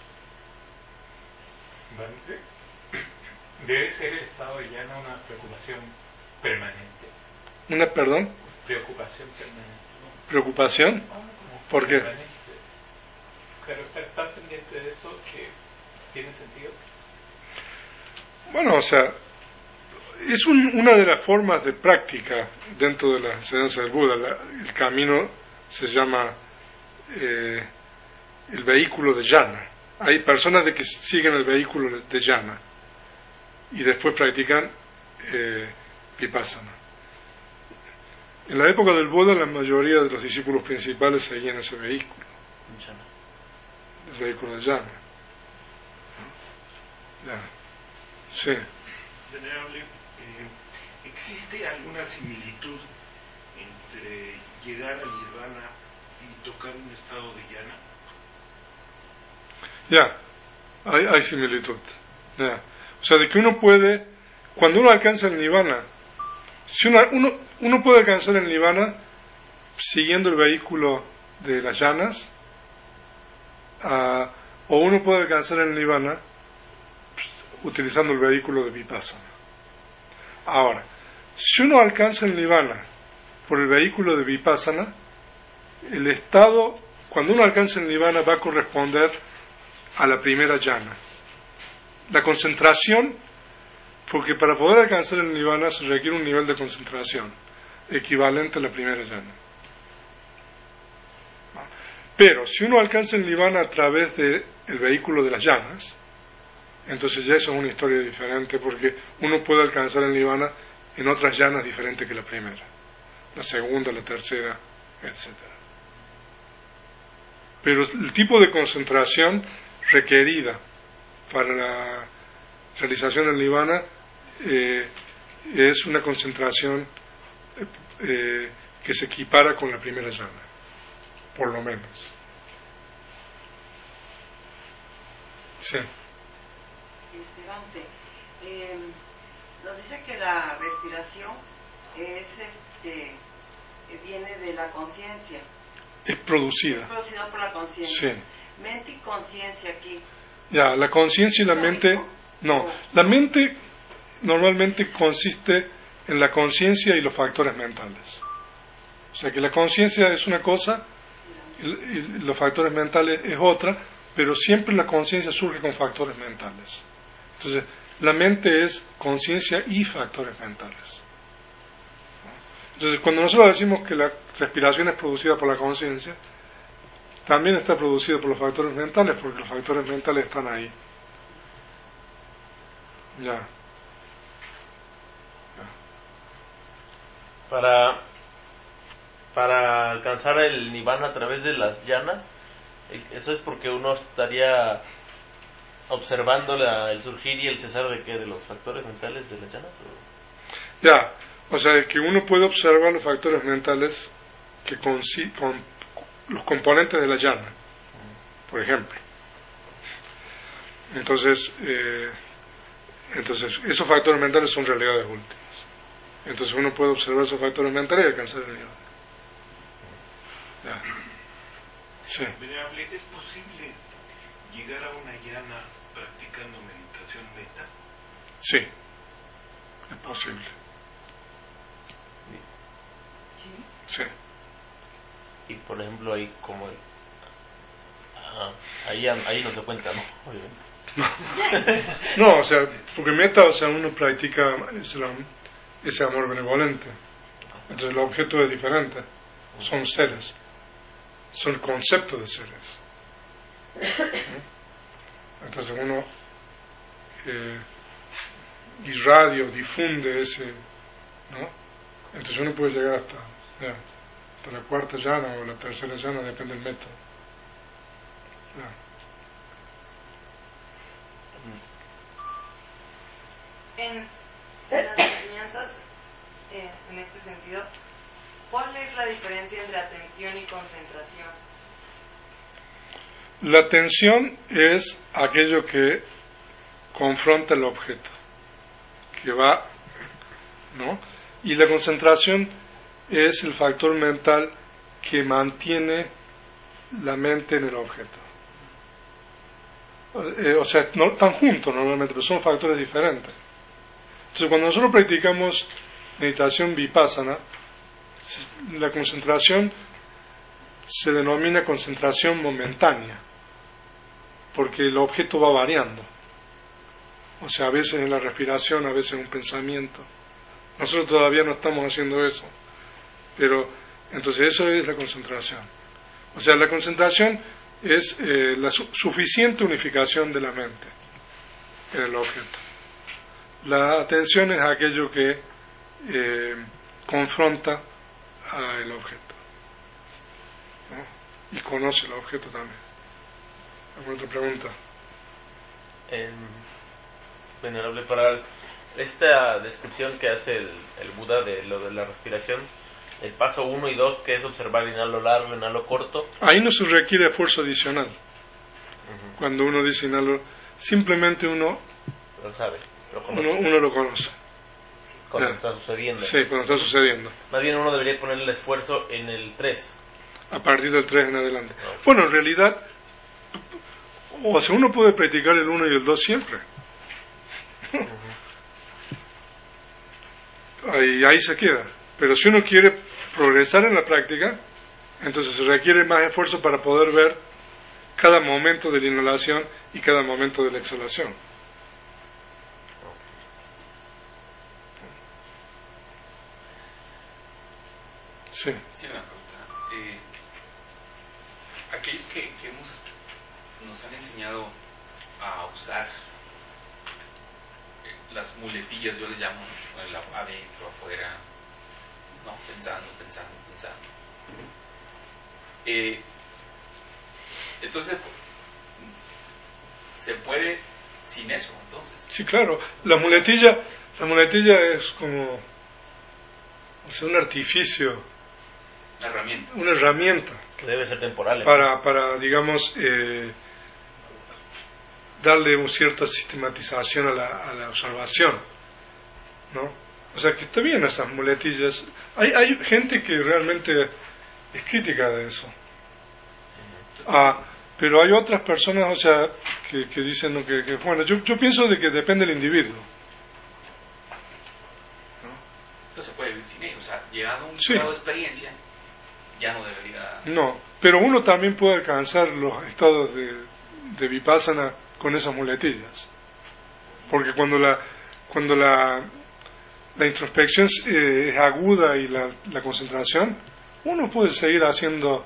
Debe ser el estado de jhana una preocupación permanente. ¿Una, perdón? Preocupación permanente. ¿No? ¿Preocupación? ¿Por qué? Permanente. Pero estar tan pendiente de eso que tiene sentido. Bueno, o sea, es una de las formas de práctica dentro de la enseñanza del Buda. El camino se llama el vehículo de jhana. Hay personas que siguen el vehículo de jhana y después practican vipassana. En la época del Buda, la mayoría de los discípulos principales seguían ese vehículo, el vehículo de jhana. Ya. Sí. Venerable, ¿existe alguna similitud entre llegar al nirvana y tocar un estado de jhana? Ya, hay similitud. Ya. O sea, de que uno puede, cuando uno alcanza el nirvana, si uno puede alcanzar el nirvana siguiendo el vehículo de las jhanas, o uno puede alcanzar el nirvana utilizando el vehículo de vipassana. Ahora, si uno alcanza el nirvana por el vehículo de vipassana, el estado, cuando uno alcanza el nirvana, va a corresponder a la primera jhana. La concentración, porque para poder alcanzar el nirvana se requiere un nivel de concentración equivalente a la primera jhana. Pero si uno alcanza el nirvana a través del vehículo de las jhanas, entonces ya eso es una historia diferente, porque uno puede alcanzar el nirvana en otras jhanas diferentes que la primera, la segunda, la tercera, etc. Pero el tipo de concentración requerida para la realización del nirvana es una concentración que se equipara con la primera jhana, por lo menos. Sí. Nos dice que la respiración viene de la conciencia. Es producida. Es producida por la conciencia. Sí. Mente y conciencia aquí. Ya, la conciencia y la mente, no. La mente normalmente consiste en la conciencia y los factores mentales. O sea que la conciencia es una cosa y los factores mentales es otra, pero siempre la conciencia surge con factores mentales. Entonces, la mente es conciencia y factores mentales. Entonces, cuando nosotros decimos que la respiración es producida por la conciencia, también está producida por los factores mentales, porque los factores mentales están ahí. Ya. Para alcanzar el nirvana a través de las jhanas, eso es porque uno estaría observando el surgir y el cesar de los factores mentales de las jhanas. Ya, o sea, que uno puede observar los factores mentales que con los componentes de la jhana, por ejemplo. Entonces esos factores mentales son realidades últimas. Entonces uno puede observar esos factores mentales y alcanzar el nirvana. Ya. Sí. Venerable, ¿es posible llegar a una jhana practicando meditación meta? Sí, es posible. Sí. Y por ejemplo ahí como ahí no se cuenta, ¿no? Obviamente. No, o sea, porque meta, o sea, uno practica ese amor benevolente. Entonces el objeto es diferente. Son seres. Son conceptos de seres. Entonces uno irradia o difunde ese, ¿no? Entonces uno puede llegar hasta... Ya. la cuarta llana o la tercera llana, depende del método. En las enseñanzas, en este sentido, ¿cuál es la diferencia entre atención y concentración? La atención es aquello que confronta el objeto, que va, ¿no? Y la concentración es el factor mental que mantiene la mente en el objeto. O sea, no están juntos normalmente, pero son factores diferentes. Entonces, cuando nosotros practicamos meditación vipassana, la concentración se denomina concentración momentánea, porque el objeto va variando. O sea, a veces en la respiración, a veces en un pensamiento. Nosotros todavía no estamos haciendo eso, pero entonces eso es la concentración. O sea, la concentración es la suficiente unificación de la mente en el objeto. La atención es aquello que confronta al objeto, ¿no? Y conoce el objeto también. ¿Alguna otra pregunta? Venerable, para esta descripción que hace el Buda de lo de la respiración, el paso 1 y 2, que es observar inhalo largo, inhalo corto. Ahí no se requiere esfuerzo adicional. Cuando uno dice inhalo, simplemente uno lo sabe, uno lo conoce. Cuando está sucediendo. Sí, cuando está sucediendo. Más bien uno debería poner el esfuerzo en el 3. A partir del 3 en adelante. Bueno, en realidad, o sea, uno puede practicar el 1 y el 2 siempre. Ahí se queda. Pero si uno quiere progresar en la práctica, entonces se requiere más esfuerzo para poder ver cada momento de la inhalación y cada momento de la exhalación. Sí. Sí, una pregunta. Aquellos que nos han enseñado a usar las muletillas, yo les llamo, adentro, afuera, no, pensando. Entonces, ¿se puede sin eso, entonces? Sí, claro. La muletilla es como, o sea, un artificio. Una herramienta. Que debe ser temporal. Para digamos, darle una cierta sistematización a la observación, ¿no? O sea, que está bien esas muletillas. Hay gente que realmente es crítica de eso. Pero hay otras personas, o sea, que dicen que bueno, yo pienso de que depende del individuo. Entonces se puede vivir sin ello, o sea, llegando a un grado de experiencia, ya no debería... No, pero uno también puede alcanzar los estados de vipassana con esas muletillas. Porque cuando la introspección es aguda y la concentración, uno puede seguir haciendo,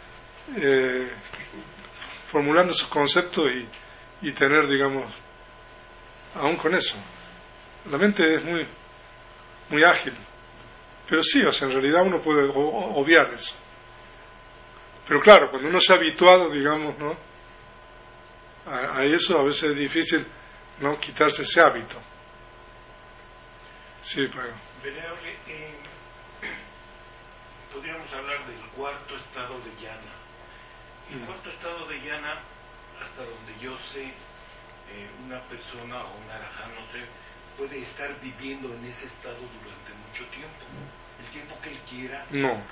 formulando sus conceptos y tener, digamos, aún con eso. La mente es muy, muy ágil. Pero sí, o sea, en realidad uno puede obviar eso. Pero claro, cuando uno se ha habituado, digamos, ¿no? A eso a veces es difícil, ¿no? Quitarse ese hábito. Sí, Pago. Venerable, podríamos hablar del cuarto estado de llana. El cuarto estado de llana, hasta donde yo sé, una persona o un araján, no sé, puede estar viviendo en ese estado durante mucho tiempo. El tiempo que él quiera. No.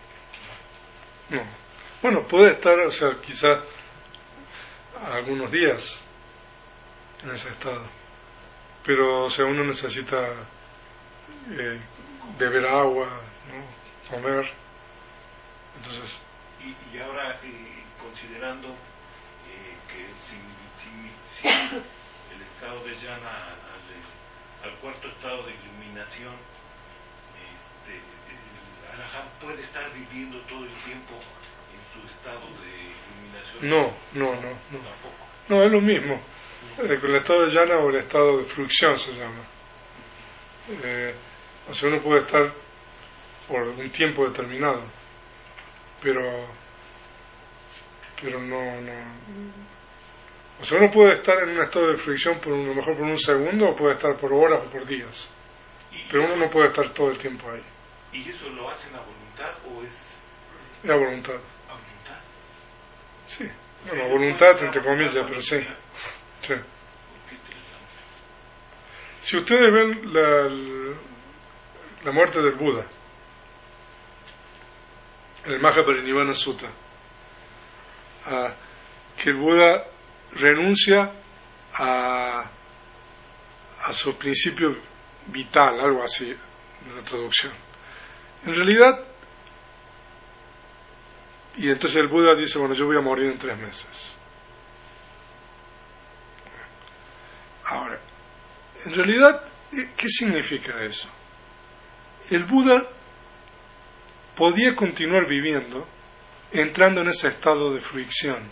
Bueno, puede estar, o sea, quizá algunos días en ese estado. Pero, o sea, uno necesita beber agua, ¿no? Comer. Entonces. Y ahora, considerando que si el estado de llana al cuarto estado de iluminación, el arahant puede estar viviendo todo el tiempo en su estado de iluminación. No. No, es lo mismo. Con el estado de llana o el estado de frucción se llama. O sea, uno puede estar por un tiempo determinado. pero no, o sea, uno puede estar en un estado de fricción por a lo mejor por un segundo, o puede estar por horas o por días, pero uno no puede estar todo el tiempo ahí. ¿Y eso lo hacen a voluntad o es...? A voluntad. ¿A voluntad? Sí, bueno, a voluntad entre comillas, pero sí. Sí. Si ustedes ven la muerte del Buda, en el Mahaparinirvana Sutta, que el Buda renuncia a su principio vital, algo así, en la traducción. En realidad, y entonces el Buda dice, bueno, yo voy a morir en 3 meses. Ahora, en realidad, ¿qué significa eso? El Buda podía continuar viviendo entrando en ese estado de fruición.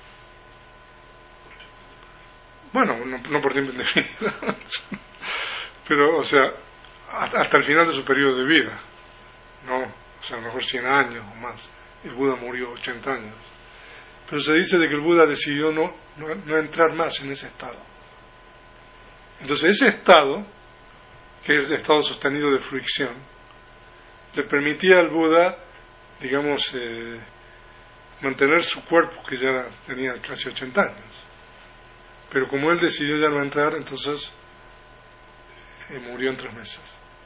Bueno, no por tiempo indefinido, pero, o sea, hasta el final de su periodo de vida, ¿no? O sea, a lo mejor 100 años o más. El Buda murió 80 años. Pero se dice de que el Buda decidió no entrar más en ese estado. Entonces ese estado, que es el estado sostenido de fruición, le permitía al Buda, digamos, mantener su cuerpo, que ya tenía casi 80 años. Pero como él decidió ya no entrar, entonces murió en 3 meses.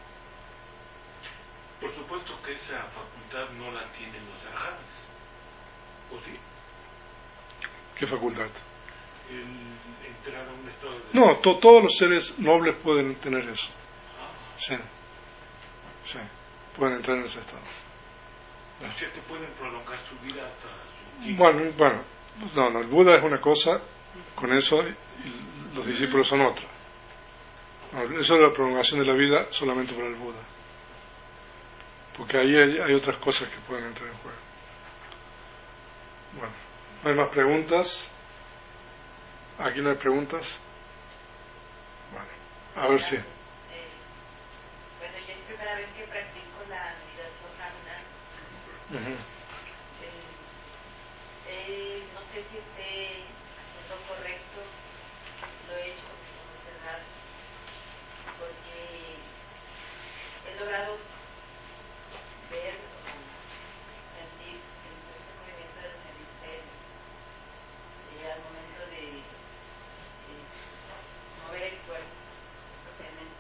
Por supuesto que esa facultad no la tienen los arhats, ¿o sí? ¿Qué facultad? Entrar a un estado de... No, todos los seres nobles pueden tener eso. Sí, pueden entrar en ese estado. O sea que pueden prolongar su vida hasta su tiempo. Bueno, no, el Buda es una cosa, con eso, y los discípulos son otra. No, eso es la prolongación de la vida solamente para el Buda. Porque ahí hay otras cosas que pueden entrar en juego. Bueno, ¿no hay más preguntas? ¿Aquí no hay preguntas? Bueno, a ver si... Bueno, yo es primera vez que practico la meditación caminar. No sé si esté haciendo correcto, lo he hecho con cerrar, porque he logrado ver o sentir ese movimiento del hemisferio al momento de mover el cuerpo propiamente.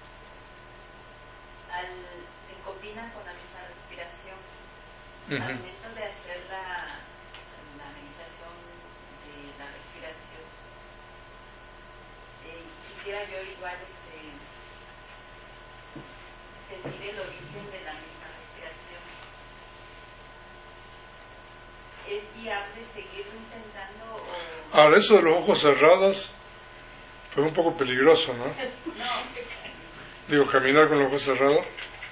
Se combina con la misma respiración. Al momento de hacer la meditación de la respiración, quisiera yo igual sentir el origen de la misma respiración. ¿Es viable seguirlo intentando o...? Ahora, eso de los ojos cerrados fue un poco peligroso, ¿no? No. Digo, caminar con los ojos cerrados.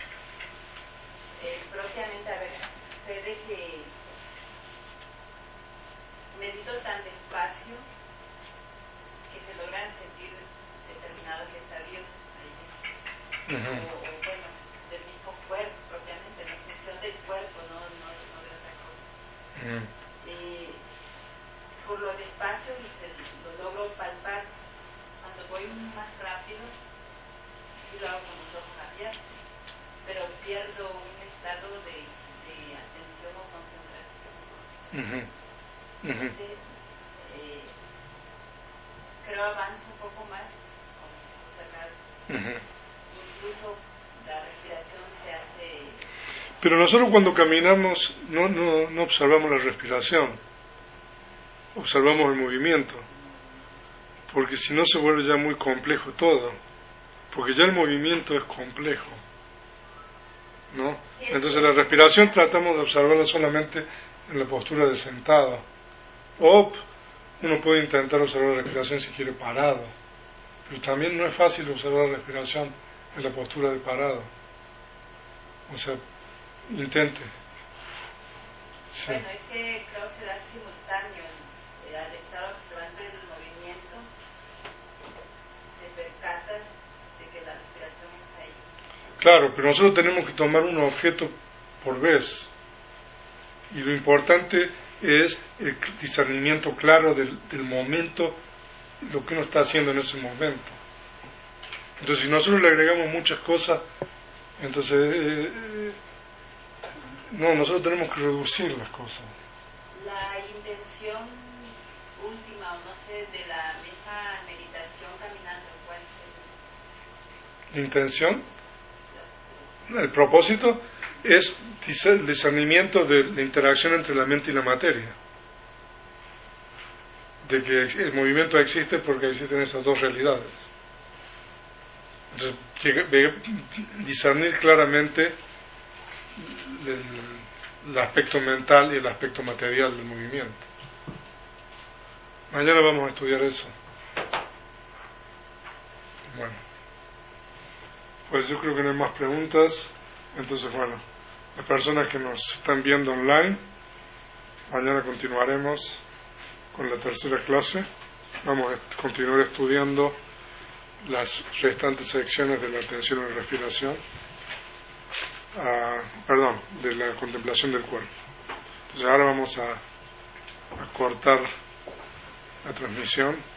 Propiamente, a ver, sé de que medito tan despacio que se logran sentir determinados estadios ahí. O bueno, del mismo cuerpo propiamente, la función del cuerpo, no de otra cosa. Por lo despacio lo logro palpar. Cuando voy más rápido, sí lo hago con los ojos abiertos, pero pierdo un estado de atención o concentración. Entonces, creo avanzo un poco más con los ojos cerrados. Incluso la respiración se hace... Pero nosotros cuando caminamos no observamos la respiración, observamos el movimiento, porque si no se vuelve ya muy complejo todo, porque ya el movimiento es complejo, ¿no? Entonces la respiración tratamos de observarla solamente en la postura de sentado, o uno puede intentar observar la respiración si quiere parado, pero también no es fácil observar la respiración en la postura de parado. O sea, intente. Sí. Bueno, es que creo que será simultáneo. Al estar observando el movimiento, te percatas de que la respiración está ahí. Claro, pero nosotros tenemos que tomar un objeto por vez. Y lo importante es el discernimiento claro del momento, lo que uno está haciendo en ese momento. Entonces, si nosotros le agregamos muchas cosas, entonces nosotros tenemos que reducir las cosas. La intención última, o no sé, de la misma meditación caminando, ¿cuál es la intención? El propósito es el discernimiento de la interacción entre la mente y la materia, de que el movimiento existe porque existen esas dos realidades. Entonces, discernir claramente el aspecto mental y el aspecto material del movimiento. Mañana vamos a estudiar eso. Bueno, pues yo creo que no hay más preguntas. Entonces, bueno, las personas que nos están viendo online, mañana continuaremos con la tercera clase. Vamos a continuar estudiando las restantes secciones de la atención a la respiración, de la contemplación del cuerpo. Entonces ahora vamos a cortar la transmisión.